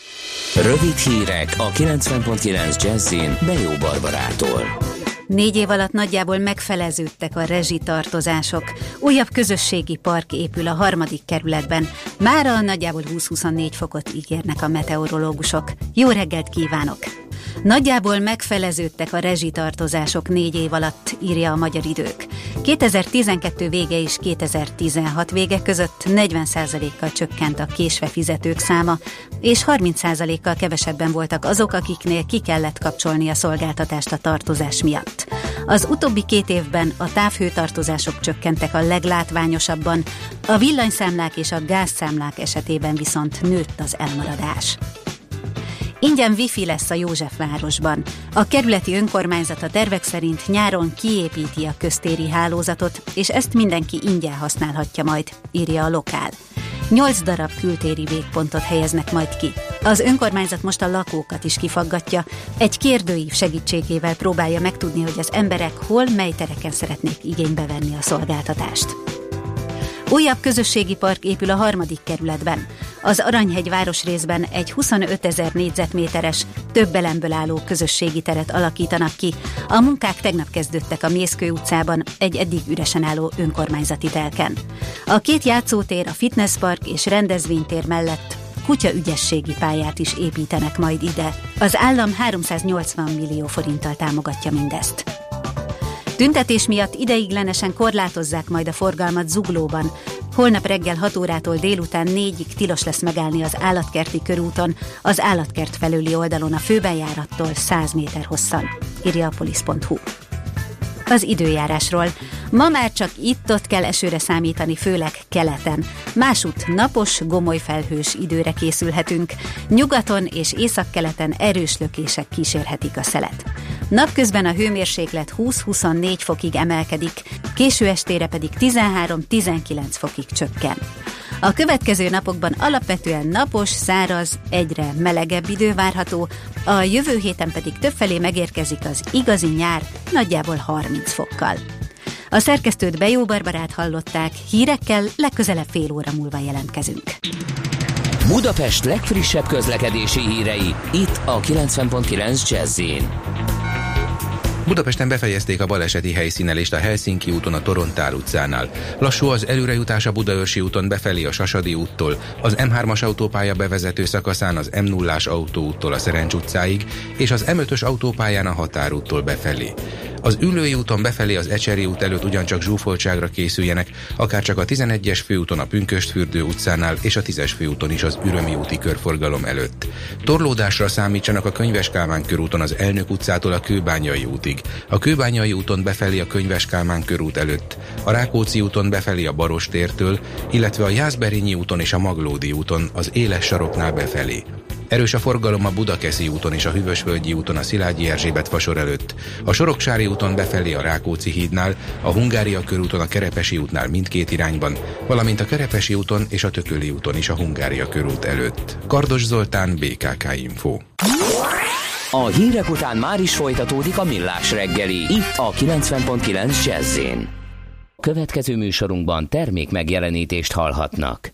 Rövid hírek a kilencven pont kilenc Jazzin Bejó Barbarától. Négy év alatt nagyjából megfeleződtek a rezsitartozások. Újabb közösségi park épül a harmadik kerületben. Mára nagyjából húsz-huszonnégy fokot ígérnek a meteorológusok. Jó reggelt kívánok! Nagyjából megfeleződtek a rezsitartozások négy év alatt, írja a Magyar Idők. kétezer-tizenkettő vége és kétezer-tizenhat vége között negyven százalékkal csökkent a késve fizetők száma, és harminc százalékkal kevesebben voltak azok, akiknél ki kellett kapcsolni a szolgáltatást a tartozás miatt. Az utóbbi két évben a távhőtartozások csökkentek a leglátványosabban, a villanyszámlák és a gázszámlák esetében viszont nőtt az elmaradás. Ingyen wifi lesz a Józsefvárosban. A kerületi önkormányzat a tervek szerint nyáron kiépíti a köztéri hálózatot, és ezt mindenki ingyen használhatja majd, írja a Lokál. Nyolc darab kültéri végpontot helyeznek majd ki. Az önkormányzat most a lakókat is kifaggatja, egy kérdőív segítségével próbálja megtudni, hogy az emberek hol, mely tereken szeretnék igénybe venni a szolgáltatást. Újabb közösségi park épül a harmadik kerületben. Az Aranyhegy városrészben egy huszonötezer négyzetméteres, több elemből álló közösségi teret alakítanak ki. A munkák tegnap kezdődtek a Mészkő utcában, egy eddig üresen álló önkormányzati telken. A két játszótér, a fitnesspark és rendezvénytér mellett kutyaügyességi pályát is építenek majd ide. Az állam háromszáznyolcvan millió forinttal támogatja mindezt. Tüntetés miatt ideiglenesen korlátozzák majd a forgalmat Zuglóban. Holnap reggel hat órától délután négyig tilos lesz megállni az Állatkerti körúton, az állatkert felőli oldalon a főbejárattól száz méter hosszan, írja a polisz pont hu. Az időjárásról. Ma már csak itt-ott kell esőre számítani, főleg keleten. Másút napos, gomolyfelhős időre készülhetünk. Nyugaton és északkeleten erős lökések kísérhetik a szelet. Napközben a hőmérséklet húsz-huszonnégy fokig emelkedik, késő estére pedig tizenhárom-tizenkilenc fokig csökken. A következő napokban alapvetően napos, száraz, egyre melegebb idő várható, a jövő héten pedig többfelé megérkezik az igazi nyár, nagyjából harminc fokkal. A szerkesztőt Bejó Barbarát hallották, hírekkel legközelebb fél óra múlva jelentkezünk. Budapest legfrissebb közlekedési hírei, itt a kilencven pont kilenc Jazz-in. Budapesten befejezték a baleseti helyszínelést a Helsinki úton a Torontál utcánál. Lassú az előrejutás a Budaörsi úton befelé a Sasadi úttól, az em hármas autópálya bevezető szakaszán az em nullás autóúttól a Szerencs utcáig, és az em ötös autópályán a Határúttól befelé. Az Üllői úton befelé az Ecseri út előtt ugyancsak zsúfoltságra készüljenek, akárcsak a tizenegyes főúton a Pünkösdfürdő utcánál és a tízes főúton is az Ürömi úti körforgalom előtt. Torlódásra számítsanak a Könyves Kálmán körúton az Elnök utcától a Kőbányai útig, a Kőbányai úton befelé a Könyves Kálmán körút előtt, a Rákóczi úton befelé a Barostértől, illetve a Jászberényi úton és a Maglódi úton az Éles saroknál befelé. Erős a forgalom a Budakeszi úton és a Hűvösvölgyi úton a Szilágyi Erzsébet fasor előtt, a Soroksári úton befelé a Rákóczi hídnál, a Hungária körúton a Kerepesi útnál mindkét irányban, valamint a Kerepesi úton és a Tököli úton is a Hungária körút előtt. Kardos Zoltán, bé ká ká Info. A hírek után már is folytatódik a Millás reggeli, itt a kilencven pont kilenc Jazz-in. Következő műsorunkban termék megjelenítést hallhatnak.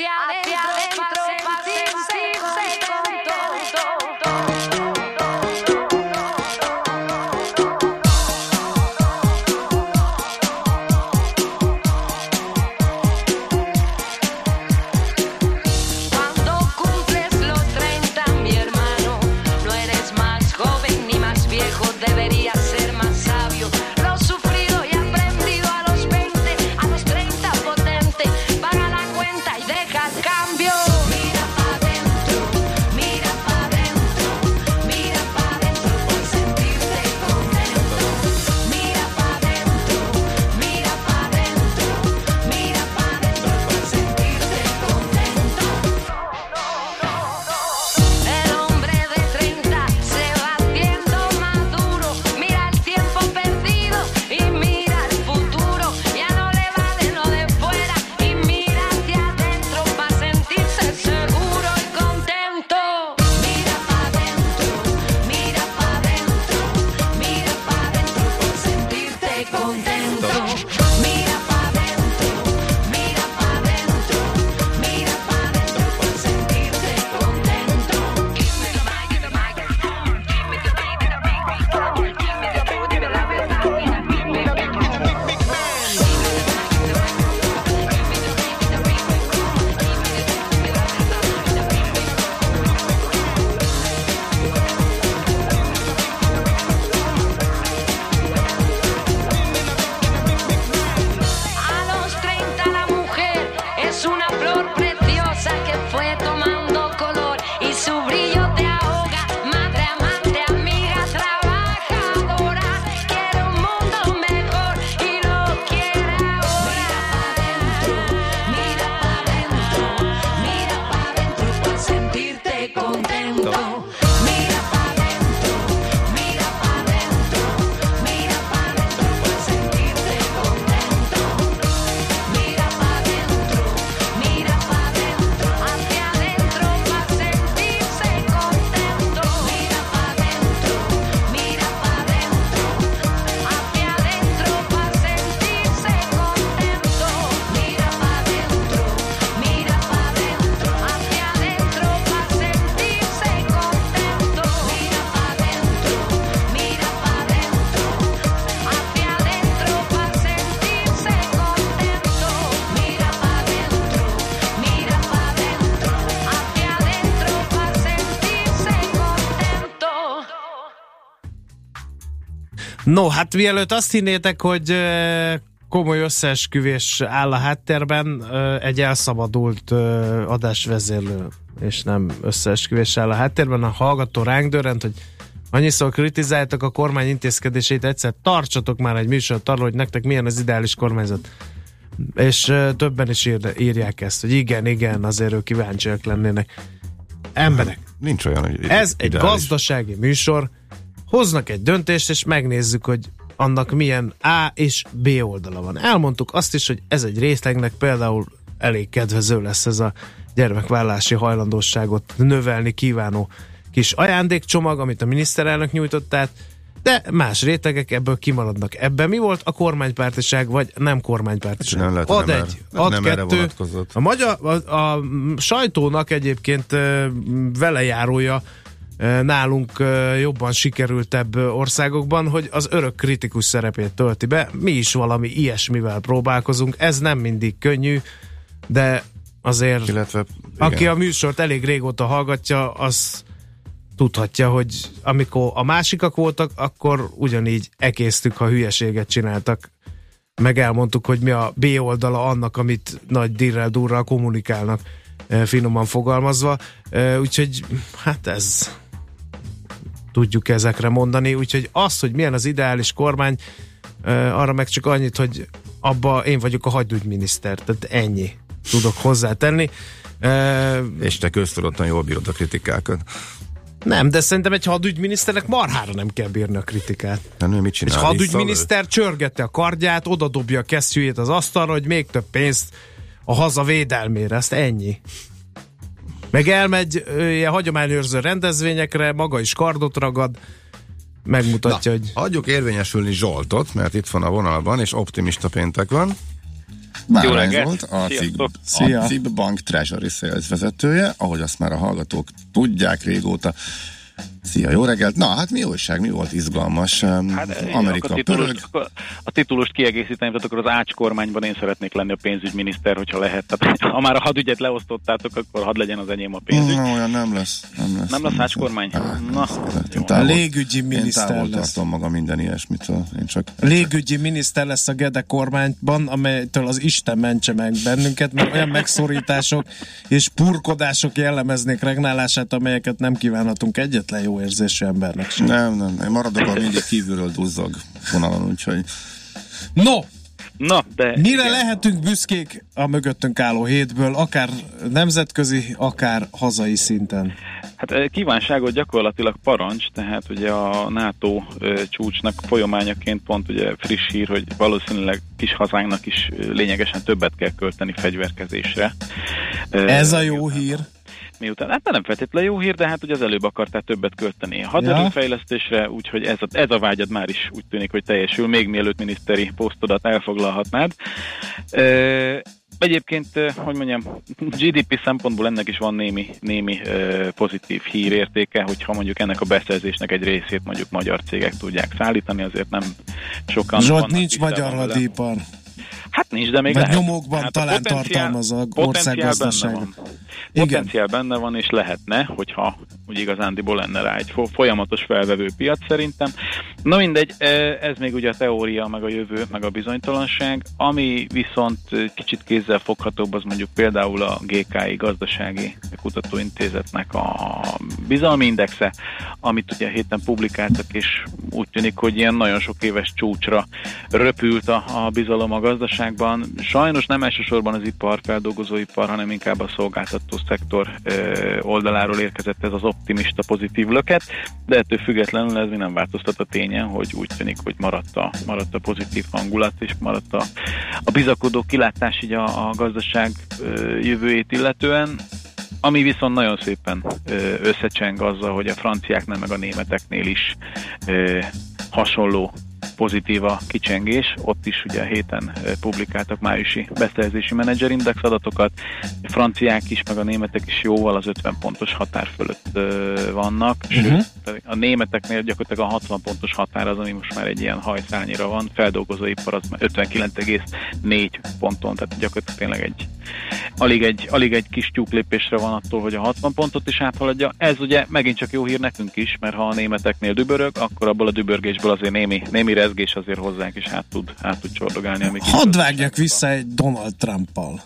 No, hát mielőtt azt hinnétek, hogy komoly összeesküvés áll a háttérben, egy elszabadult adásvezérlő, és nem összeesküvés áll a háttérben. A hallgató ránk dörrent, hogy annyiszor kritizáltak a kormány intézkedését, egyszer tartsatok már egy műsort arról, hogy nektek milyen az ideális kormányzat. És többen is ír, írják ezt, hogy igen, igen, azért ők kíváncsiak lennének. Emberek, nincs olyan, hogy ez egy ideális. gazdasági műsor, hoznak egy döntést, és megnézzük, hogy annak milyen A és B oldala van. Elmondtuk azt is, hogy ez egy részlegnek például elég kedvező lesz ez a gyermekvállalási hajlandóságot növelni kívánó kis ajándékcsomag, amit a miniszterelnök nyújtott át, de más rétegek ebből kimaradnak. Ebben mi volt? A kormánypártiság, vagy nem kormánypártiság? Nem lehet, ad nem egy, erre, ad nem erre kettő. vonatkozott. A magyar, a, a sajtónak egyébként velejárója nálunk jobban sikerültebb országokban, hogy az örök kritikus szerepét tölti be. Mi is valami ilyesmivel próbálkozunk. Ez nem mindig könnyű, de azért Illetve, aki a műsort elég régóta hallgatja, az tudhatja, hogy amikor a másikak voltak, akkor ugyanígy ekésztük, ha hülyeséget csináltak. Meg elmondtuk, hogy mi a B oldala annak, amit nagy dirrel durral kommunikálnak, finoman fogalmazva. Úgyhogy hát ez tudjuk ezekre mondani. Úgyhogy az, hogy milyen az ideális kormány, arra meg csak annyit, hogy abba én vagyok a hadügyminiszter, tehát ennyi tudok hozzátenni. És te köztudottan jól bírod a kritikákat. Nem, de szerintem egy hadügyminiszternek marhára nem kell bírni a kritikát. Nem, ő mit csinál? Egy hadügyminiszter csörgette a kardját, oda dobja a kesztyűjét az asztalra, hogy még több pénzt a haza védelmére, ezt ennyi. Meg elmegy ilyen hagyományőrző rendezvényekre, maga is kardot ragad, megmutatja, Na, hogy... hagyjuk érvényesülni Zsoltot, mert itt van a vonalban, és optimista péntek van. Bárány Zsolt, a Cib Bank Treasury Sales vezetője, ahogy azt már a hallgatók tudják régóta. Szia, jó reggelt! Na, hát mi újság, mi volt izgalmas? Hát, Amerika a titulust, a titulust kiegészíteném, tehát akkor az Ács kormányban én szeretnék lenni a pénzügyminiszter, hogyha lehet. Tehát, ha már a hadügyet leosztottátok, akkor hadd legyen az enyém a pénzügy. No, olyan nem lesz. Nem lesz, nem lesz Ács kormány? Na, a légügyi miniszter lesz. Tartom magam minden ilyesmitől. Én csak... Légügyi miniszter lesz a Gede kormányban, amelytől az Isten mentse meg bennünket, mert olyan megszorítások és purkodások jellemeznék regnálását, amelyeket nem kívánhatunk egyetlen jó érzésű embernek sem. Nem, nem, én maradok a mindig kívülről duzzog vonalon, úgyhogy... No! Na, de... Mire igen. lehetünk büszkék a mögöttünk álló hétből, akár nemzetközi, akár hazai szinten? Hát kívánságot gyakorlatilag parancs, tehát ugye a NATO csúcsnak folyamányaként pont ugye friss hír, hogy valószínűleg kis hazánknak is lényegesen többet kell költeni fegyverkezésre. Ez a jó hír. Miután, hát nem feltétlenül jó hír, de hát ugye az előbb akartál többet költeni a haderőfejlesztésre, úgyhogy ez a, ez a vágyad már is úgy tűnik, hogy teljesül, még mielőtt miniszteri posztodat elfoglalhatnád. E, egyébként, hogy mondjam, gé dé pé szempontból ennek is van némi, némi e, pozitív hírértéke, hogyha mondjuk ennek a beszerzésnek egy részét mondjuk magyar cégek tudják szállítani, azért nem sokan... Zsolt, nincs magyar hadipar. Hát nincs, de még Vagy lehet. nyomokban hát talán tartalmaz a országgazdaság. Potenciál benne van, és lehetne, hogyha úgy igazándiból lenne rá egy folyamatos felvevő piac szerintem. Na mindegy, ez még ugye a teória, meg a jövő, meg a bizonytalanság. Ami viszont kicsit kézzel foghatóbb, az mondjuk például a gé ká i Gazdasági Kutatóintézetnek a bizalmi indexe, amit ugye héten publikáltak, és úgy tűnik, hogy ilyen nagyon sok éves csúcsra röpült a, a bizalom a gazdaságban. Sajnos nem elsősorban az ipar, feldolgozóipar, hanem inkább a szolgáltató szektor oldaláról érkezett ez az optimista pozitív löket, de ettől függetlenül ez mi nem változtat a tényen, hogy úgy tűnik, hogy maradt a, maradt a pozitív hangulat, és maradt a, a bizakodó kilátás így a, a gazdaság jövőjét illetően. Ami viszont nagyon szépen összecseng azzal, hogy a franciáknál meg a németeknél is hasonló pozitív a kicsengés. Ott is ugye a héten publikáltak májusi beszerzési menedzserindex adatokat. A franciák is, meg a németek is jóval az ötven pontos határ fölött vannak. Uh-huh. Sőt, a németeknél gyakorlatilag a hatvan pontos határ az, ami most már egy ilyen hajszálnyira van. Feldolgozóipar az ötvenkilenc egész négy ponton, tehát gyakorlatilag tényleg egy alig egy, alig egy kis tyúklépésre van attól, hogy a hatvan pontot is áthaladja. Ez ugye megint csak jó hír nekünk is, mert ha a németeknél dübörög, akkor abból a dübörgésből azért némi, némi rezgés azért hozzánk is át tud, át tud csordogálni. Hadd vágjak vissza egy Donald Trump-pal.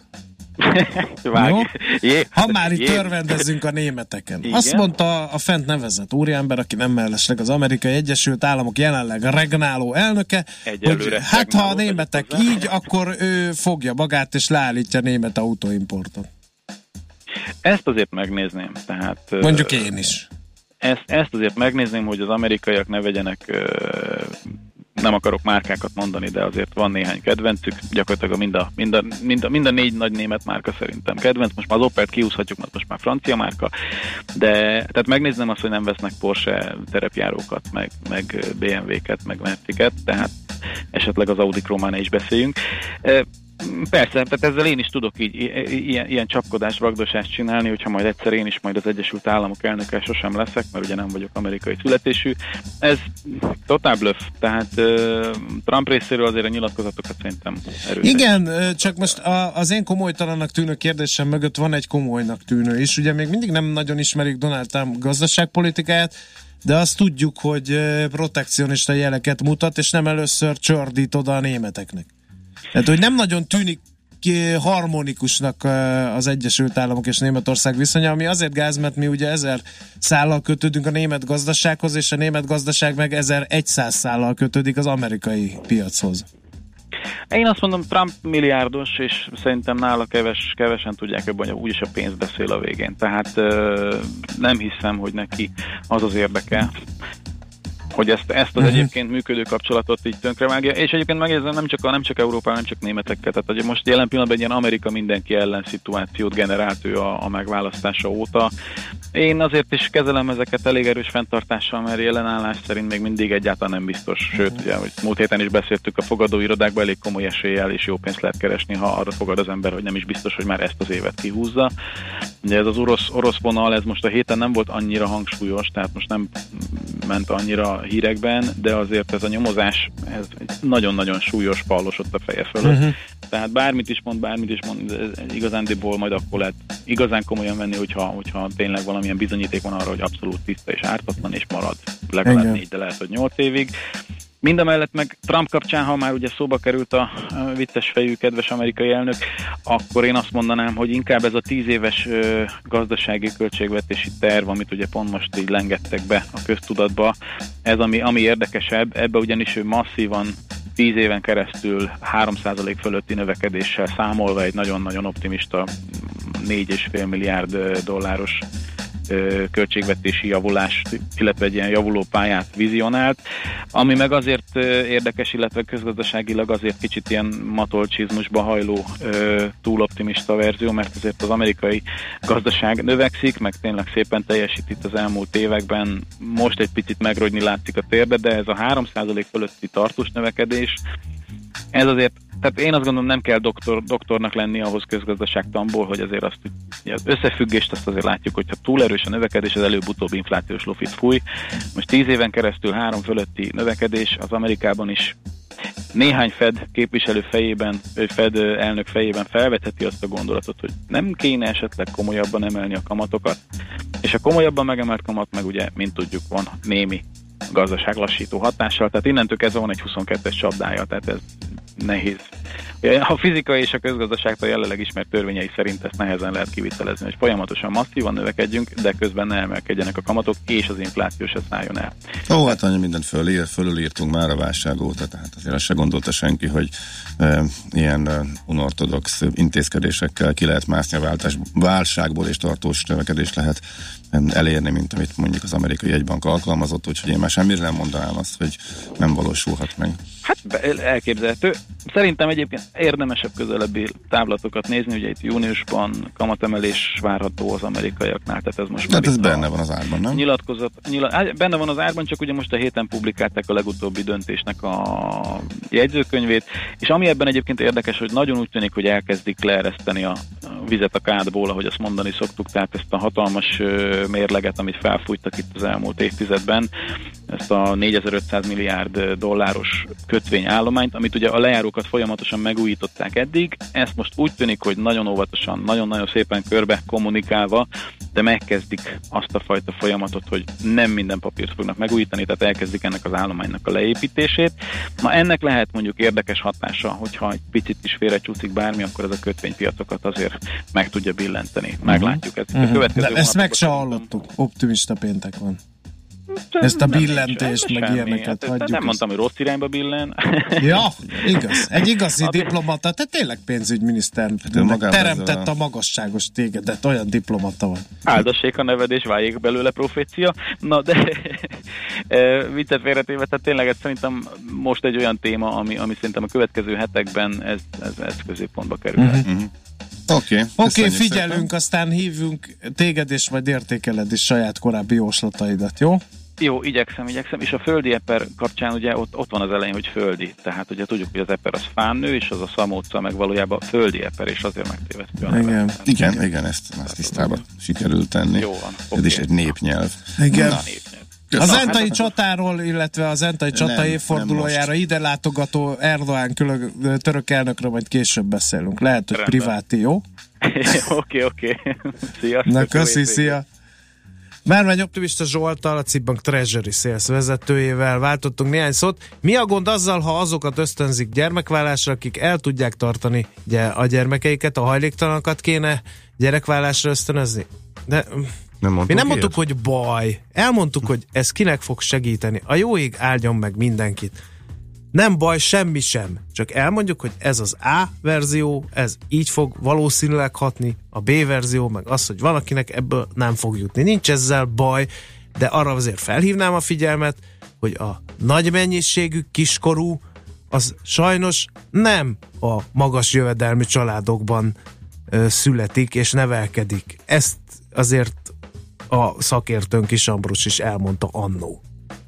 Ha már itt örvendezünk a németeken. Igen? Azt mondta a fent nevezett úriember, aki nem mellesleg az Amerikai Egyesült Államok jelenleg regnáló elnöke, egyelőre hogy hát ha a németek így, akkor ő fogja magát és leállítja a német autóimportot. Ezt azért megnézném. Tehát, mondjuk én is. Ezt, ezt azért megnézném, hogy az amerikaiak ne vegyenek nem akarok márkákat mondani, de azért van néhány kedvencük, gyakorlatilag mind a, mind a, mind a, mind a négy nagy német márka szerintem kedvenc, most már az Opelt kiúszhatjuk, mert most már francia márka, de tehát megnéznem azt, hogy nem vesznek Porsche terepjárókat, meg, meg bé em vé-ket, meg Merciket, tehát esetleg az Audi Crománál is beszéljünk. Persze, tehát ezzel én is tudok így ilyen, ilyen csapkodást, vagdosást csinálni, hogyha majd egyszer én is majd az Egyesült Államok elnöke sosem leszek, mert ugye nem vagyok amerikai születésű. Ez totál bluff, tehát uh, Trump részéről azért a nyilatkozatokat szerintem erős. Igen, csak most a, az én komolytalannak tűnő kérdésem mögött van egy komolynak tűnő is. Ugye még mindig nem nagyon ismerik Donald Trump gazdaságpolitikáját, de azt tudjuk, hogy protekcionista jeleket mutat, és nem először csordít oda a németeknek. Tehát, hogy nem nagyon tűnik harmonikusnak az Egyesült Államok és Németország viszonya, ami azért gáz, mert mi ugye ezer szállal kötődünk a német gazdasághoz, és a német gazdaság meg ezerszáz szállal kötődik az amerikai piachoz. Én azt mondom, Trump milliárdos, és szerintem nála keves, kevesen tudják jobban, hogy úgyis a pénz beszél a végén. Tehát nem hiszem, hogy neki az az érdeke, hogy ezt, ezt az uh-huh. egyébként működő kapcsolatot így tönkrevágja, és egyébként megjegyzem, nem csak, nem csak Európában, nem csak németekkel, tehát hogy most jelen pillanatban egy ilyen Amerika mindenki ellen szituációt generált ő a, a megválasztása óta. Én azért is kezelem ezeket elég erős fenntartással, mert jelenállás szerint még mindig egyáltalán nem biztos, sőt, ugye, hogy múlt héten is beszéltük, a fogadóirodákban elég komoly eséllyel és jó pénzt lehet keresni, ha arra fogad az ember, hogy nem is biztos, hogy már ezt az évet kihúzza. Ugye ez az orosz, orosz vonal, ez most a héten nem volt annyira hangsúlyos, tehát most nem ment annyira hírekben, de azért ez a nyomozás, ez nagyon-nagyon súlyos pallosott a feje fölött. Uh-huh. Tehát bármit is mond, bármit is mond, igazándiból majd akkor lehet igazán komolyan venni, hogyha, hogyha tényleg valamilyen bizonyíték van arra, hogy abszolút tiszta és ártatlan, és marad legalább Engem. négy, de lehet, hogy nyolc évig. Mindamellett meg Trump kapcsán, ha már ugye szóba került a vicces fejű kedves amerikai elnök, akkor én azt mondanám, hogy inkább ez a tíz éves ö, gazdasági költségvetési terv, amit ugye pont most így lengettek be a köztudatba, ez ami, ami érdekesebb, ebbe ugyanis ő masszívan tíz éven keresztül három százalék fölötti növekedéssel számolva egy nagyon-nagyon optimista négy egész öt milliárd dolláros költségvetési javulást, illetve egy ilyen javuló pályát vizionált, ami meg azért érdekes, illetve közgazdaságilag azért kicsit ilyen matolcsizmusba hajló túl optimista verzió, mert azért az amerikai gazdaság növekszik, meg tényleg szépen teljesít itt az elmúlt években, most egy picit megrogyni látszik a térbe, de ez a három százalék fölötti tartós növekedés, ez azért, tehát én azt gondolom, nem kell doktor, doktornak lenni ahhoz közgazdaságtanból, hogy azért azt, az összefüggést azt azért látjuk, hogyha túl erős a növekedés, az előbb-utóbb inflációs lofit fúj. Most tíz éven keresztül három fölötti növekedés az Amerikában is néhány Fed képviselő fejében, vagy Fed elnök fejében felvetheti azt a gondolatot, hogy nem kéne esetleg komolyabban emelni a kamatokat, és a komolyabban megemelt kamat meg ugye, mint tudjuk, van némi gazdaságlassító hatással, tehát innentől kezdve van egy huszonkettes csapdája, tehát ez nehéz. A fizika és a közgazdaságtól jelenleg ismert törvényei szerint ezt nehezen lehet kivitelezni, hogy folyamatosan masszívan növekedjünk, de közben ne emelkedjenek a kamatok, és az infláció se szálljon el. Ó, hát annyi mindent föl, fölülírtunk már a válság óta, tehát azért azt se gondolta senki, hogy e, ilyen e, unortodox intézkedésekkel ki lehet mászni a váltás, válságból, és tartós növekedést lehet elérni, mint amit mondjuk az amerikai jegybank alkalmazott, úgyhogy én már semmire nem mondanám azt, hogy nem valósulhat meg. Hát elképzelhető. Szerintem egyébként érdemesebb közelebbi táblatokat nézni, ugye itt júniusban kamatemelés várható az amerikaiaknál, tehát ez most hát ez benne van az árban, nem? Nyilatkozat, nyilat, hát benne van az árban, csak ugye most a héten publikálták a legutóbbi döntésnek a jegyzőkönyvét, és ami ebben egyébként érdekes, hogy nagyon úgy tűnik, hogy elkezdik leereszteni a vizet a kádból, ahogy azt mondani szoktuk, tehát ezt a hatalmas mérleget, amit felfújtak itt az elmúlt évtizedben, ezt a négyezer-ötszáz milliárd dolláros kötvényállományt, amit ugye a lejárókat folyamatosan megújították eddig, ezt most úgy tűnik, hogy nagyon óvatosan, nagyon-nagyon szépen körbe kommunikálva, de megkezdik azt a fajta folyamatot, hogy nem minden papírt fognak megújítani, tehát elkezdik ennek az állománynak a leépítését. Na ennek lehet mondjuk érdekes hatása, hogyha egy picit is félrecsúszik bármi, akkor ez a kötvénypiacokat azért meg tudja billenteni. Meglátjuk. Ez uh-huh. uh-huh. Ezt meg se hallottuk. Optimista péntek van. Ezt a billentést, meg semmi. ilyeneket Hát, hagyjuk. nem mondtam, hogy rossz irányba billen. Ja, igaz. Egy igazi diplomata, te tényleg pénzügyminiszter teremtett a magasságos tégedet, olyan diplomata van. Áldassék a neved, és váljék belőle profécia. Na, de viccet félretéve, tehát tényleg ez szerintem most egy olyan téma, ami, ami szerintem a következő hetekben ez, ez, ez középpontba kerül. Uh-huh. Uh-huh. Oké, okay, okay, figyelünk, szépen. Aztán hívunk téged, és majd értékeled is saját korábbi jóslataidat, jó? Jó, igyekszem, igyekszem, és a földi eper kapcsán ugye ott, ott van az elején, hogy földi, tehát ugye tudjuk, hogy az eper az fán nő, és az a szamóca meg valójában földi eper, és azért megtévesztő a igen. igen, igen, igen, ezt, ezt tisztába sikerült tenni. Jó van. Okay. Ez is egy népnyelv. Igen. Na, népnyelv. Az entai hát, csatáról, illetve az entai csata nem, évfordulójára nem ide látogató Erdoğan külön, török elnökről majd később beszélünk. Lehet, hogy rendben. Priváti, jó? Oké, oké. Sziasztok. Na, köszi, szia. Márvány Optimista Zsolttal, a Cibbank Treasury Sales vezetőjével váltottunk néhány szót. Mi a gond azzal, ha azokat ösztönzik gyermekvállalásra, akik el tudják tartani a gyermekeiket, a hajléktalanokat kéne gyerekvállalásra ösztönözni? De nem mi nem mondtuk, ilyet? hogy baj. Elmondtuk, hogy ez kinek fog segíteni. A jó ég áldjon meg mindenkit. Nem baj, semmi sem. Csak elmondjuk, hogy ez az A verzió, ez így fog valószínűleg hatni, a B verzió, meg az, hogy van, akinek ebből nem fog jutni. Nincs ezzel baj, de arra azért felhívnám a figyelmet, hogy a nagy mennyiségű kiskorú az sajnos nem a magas jövedelmű családokban ö, születik és nevelkedik. Ezt azért a szakértőnk is, Ambrus is elmondta annó.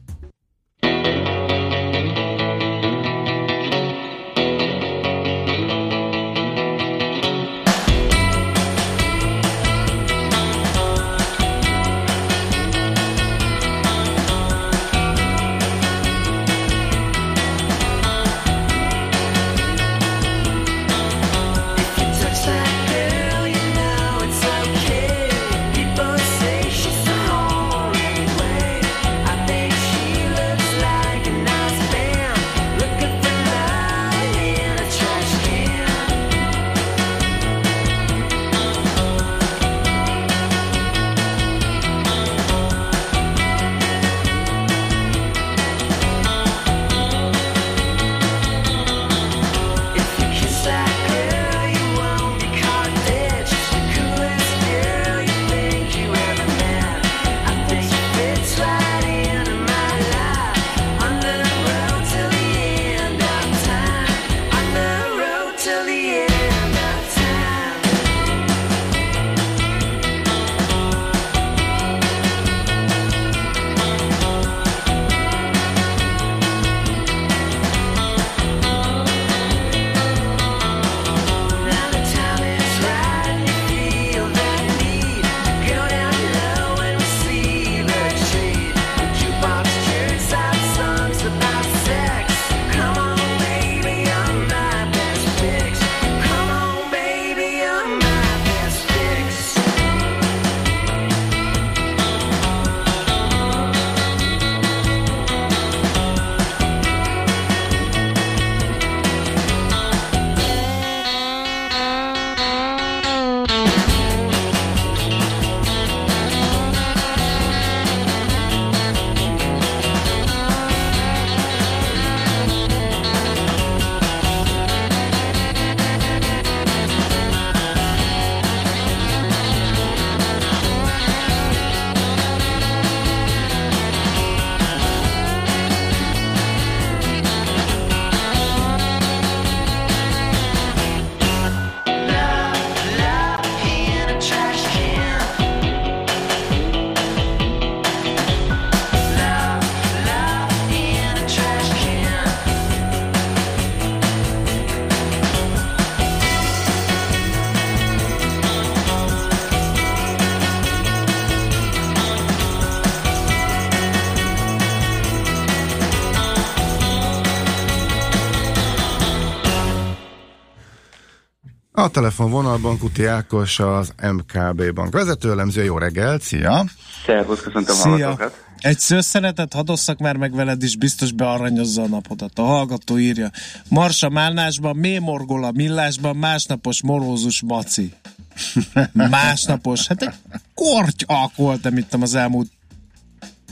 A telefonvonalban Kuti Ákos, az em ká bé Bank vezető elemző. Jó reggelt, szia! Szervusz, köszöntöm a hallgatókat! Egy szőszenetet hadosszak már meg veled is, biztos bearanyozza a napodat. A hallgató írja: Marsa Málnásban, mémorgol a millásban, másnapos morózus maci. Másnapos, hát egy kortyak voltam itt az elmúlt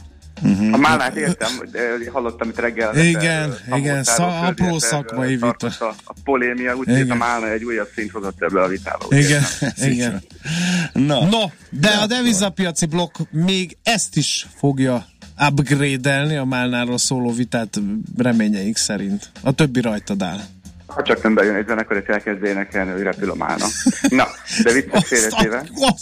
Uh-huh. A málnát értem, hallottam itt reggel. Igen, igen, szá, apró szakmai vita. A, a polémia, úgyhogy a málna egy újabb szint hozott ebbe a vitába. Igen, igen. No. no, de a devizapiaci blokk még ezt is fogja upgrade-elni, a málnáról szóló vitát reményeink szerint. A többi rajtad áll. Ha csak nem bejön egy zenekar, és elkezd énekelni, hogy repül a málna. Na, de vicces félretéve.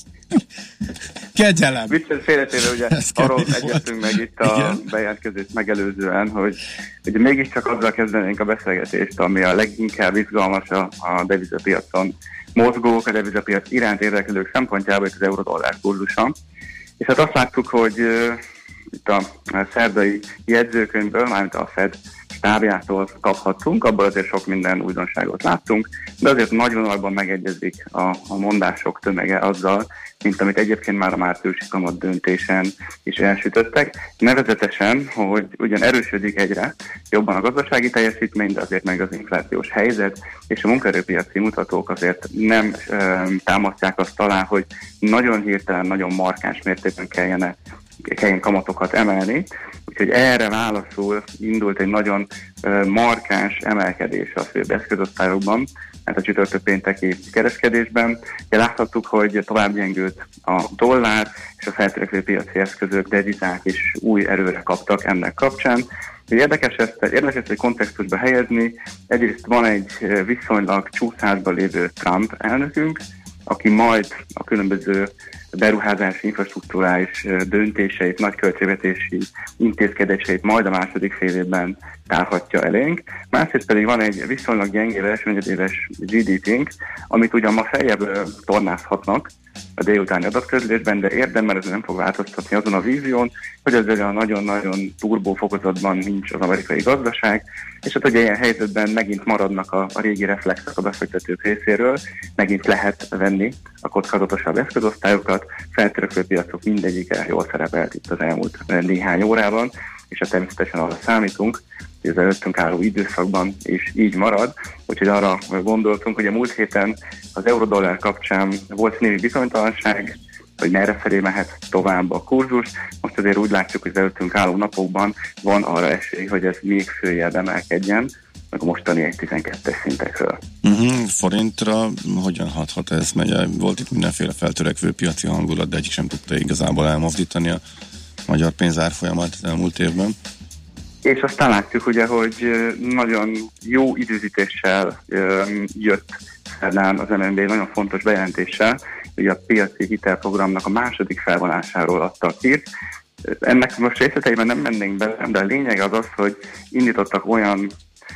Kegyelem. Vicces félretéve, ugye arról egyeztünk meg itt a igen. bejelentkezést megelőzően, hogy ugye mégiscsak azzal kezdenénk a beszélgetést, ami a leginkább izgalmas a, a devizapiacon mozgók, a devizapiac iránt érdeklődők szempontjából, az euró-dollár kurzusa. És hát azt láttuk, hogy uh, itt a, a szerdai jegyzőkönyvből, mármint a Fed stábjától kaphattunk, abból azért sok minden újdonságot láttunk, de azért nagy vonalban megegyezik a, a mondások tömege azzal, mint amit egyébként már a márciusi kamat döntésen is elsütöttek. Nevezetesen, hogy ugyan erősödik egyre jobban a gazdasági teljesítmény, de azért meg az inflációs helyzet, és a munkaerőpiaci mutatók azért nem e, támasztják azt alá, hogy nagyon hirtelen, nagyon markáns mértékben kellene kelljen kamatokat emelni, úgyhogy erre válaszul indult egy nagyon uh, markáns emelkedés a főbb eszközosztályokban, hát a csütörtök pénteki kereskedésben. De láthattuk, hogy tovább gyengült a dollár, és a feltörekvő piaci eszközök, devizák is új erőre kaptak ennek kapcsán. Érdekes ezt, érdekes ezt egy kontextusba helyezni. Egyrészt van egy viszonylag csúszásban lévő Trump elnökünk, aki majd a különböző beruházási, infrastruktúrális döntéseit, nagy költségvetési intézkedéseit majd a második fél évben tárhatja elénk. Másrészt pedig van egy viszonylag gyengébb első negyedéves gé dé pé-nk, amit ugyan ma feljebb tornázhatnak a délutáni adatközlésben, de érdemben ez nem fog változtatni azon a vízión, hogy ezzel a nagyon-nagyon turbó fokozatban nincs az amerikai gazdaság, és hát ugye ilyen helyzetben megint maradnak a, a régi reflexek a befektetők részéről, megint lehet venni a kockázatosabb eszközosztályokat, feltörekvő piacok mindegyike jól szerepelt itt az elmúlt néhány órában, és hát természetesen arra számítunk, hogy az előttünk álló időszakban is így marad, úgyhogy arra gondoltunk, hogy a múlt héten az euró-dollár kapcsán volt némi bizonytalanság, hogy merre felé mehet tovább a kurzus. Most azért úgy látjuk, hogy az előttünk álló napokban van arra esély, hogy ez még följebb emelkedjen, meg a mostani egy tizenkettes szintekről. Uh-huh. Forintra hogyan hathat ez? Megy, volt itt mindenféle feltörekvő piaci hangulat, de egyik sem tudta igazából elmozdítani a magyar pénzárfolyamat az elmúlt évben. És aztán látjuk ugye, hogy nagyon jó időzítéssel jött szerdán az em en bé nagyon fontos bejelentéssel, hogy a piaci hitelprogramnak a második felvonásáról adtak hírt. Ennek most részleteiben nem mennénk bele, de a lényeg az az, hogy indítottak olyan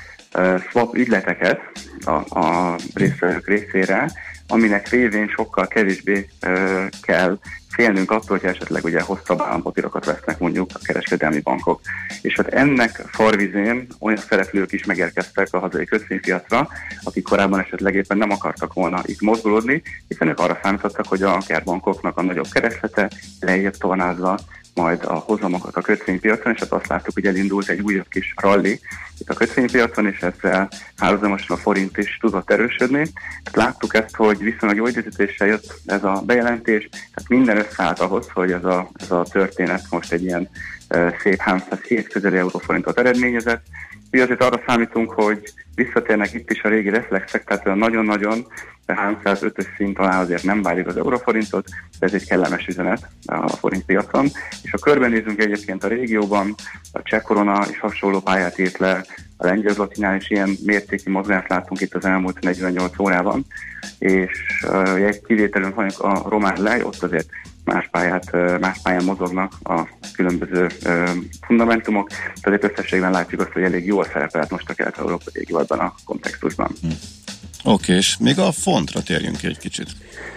uh, swap ügyleteket a, a részvevők részére, aminek révén sokkal kevésbé uh, kell félnünk attól, hogy esetleg ugye hosszabb állampapírokat vesznek mondjuk a kereskedelmi bankok. És hát ennek farvizén olyan szereplők is megérkeztek a hazai kötvénypiacra, akik korábban esetleg éppen nem akartak volna itt mozgolódni, hiszen ők arra számítottak, hogy a bankoknak a nagyobb kereslete lejjebb tornázza majd a hozamokat a kötvénypiacon, és hát azt láttuk, hogy elindult egy újabb kis ralli itt a kötvénypiacon, és ezzel párhuzamosan a forint is tudott erősödni. Tehát láttuk ezt, hogy viszonylag jó időzítéssel jött ez a bejelentés, tehát minden összeállt ahhoz, hogy ez a, ez a történet most egy ilyen e, szép háromszázhét közeli euróforintot eredményezett. Mi azért arra számítunk, hogy visszatérnek itt is a régi reflexek, tehát nagyon-nagyon háromszázötös szint alá azért nem várjuk az euróforintot, de ez egy kellemes üzenet a forint piacon. És ha körbenézünk egyébként a régióban, a cseh korona is hasonló pályát írt le, a lengyel zlotinál is ilyen mértékű mozgást láttunk itt az elmúlt negyvennyolc órában, és uh, egy kivételünk van a román lej, ott azért más pályát, más pályán mozognak a különböző uh, fundamentumok, tehát összességben látjuk azt, hogy elég jól szerepelt most a kelet-európai régió ebben a kontextusban. Hm. Oké, okay, és még a fontra térjünk ki egy kicsit.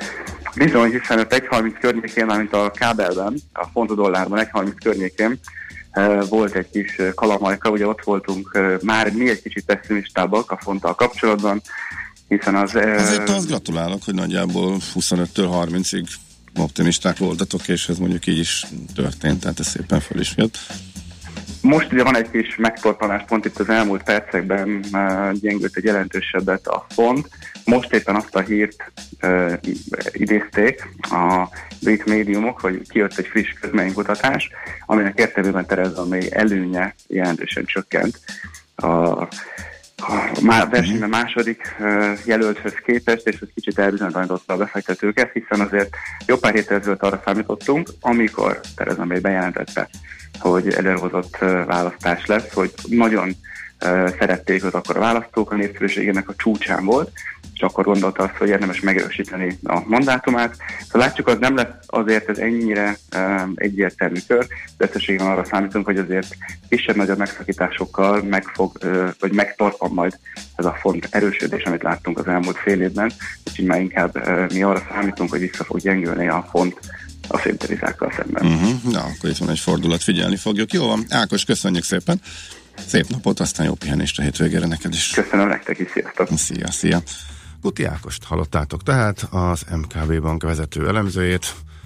Bizony, hiszen ott egy harminc környékén, mármint a kábelben, a font dollárban egy harminc környékén uh, volt egy kis kalamajka, ugye ott voltunk uh, már mi egy kicsit pessimistábbak a fonttal kapcsolatban, hiszen az... Uh, Azért azt gratulálok, hogy nagyjából huszonöttől harmincig optimisták voltatok, és ez mondjuk így is történt, tehát ez szépen fel is jött. Most ugye van egy kis megtorpanás pont itt az elmúlt percekben, uh, gyengült egy jelentősebbet a font. Most éppen azt a hírt uh, idézték a brit médiumok, hogy kijött egy friss közménykutatás, aminek értelmében Theresa May előnye jelentősen csökkent a a versenyben második uh, jelölthöz képest, és ez kicsit elbizonytalanította a befektetőket, hiszen azért jó pár héttel ezelőtt arra számítottunk, amikor Theresa May bejelentette, hogy előrehozott uh, választás lesz, hogy nagyon uh, szerették őt akkor a választók, a népszerűségének a csúcsán volt, és akkor gondolta azt, hogy érdemes megerősíteni a mandátumát. Szóval látjuk, az nem lesz azért ez ennyire um, egyértelmű kör, de összességében arra számítunk, hogy azért kisebb-nagyobb megszakításokkal meg fog, uh, vagy megtartva majd ez a font erősödés, amit láttunk az elmúlt fél évben, úgyhogy már inkább uh, mi arra számítunk, hogy vissza fog gyengülni a font a széndevizákkal szemben. Uh-huh. Na, akkor itt van egy fordulat, figyelni fogjuk. Jó van, Ákos, köszönjük szépen! Szép napot, aztán jó pihenést a hétvégére neked is. Köszönöm nektek is, sziasztok! Szia, szia! Guti Ákost hallottátok tehát, az em ká bé Bank vezető elemzőjét.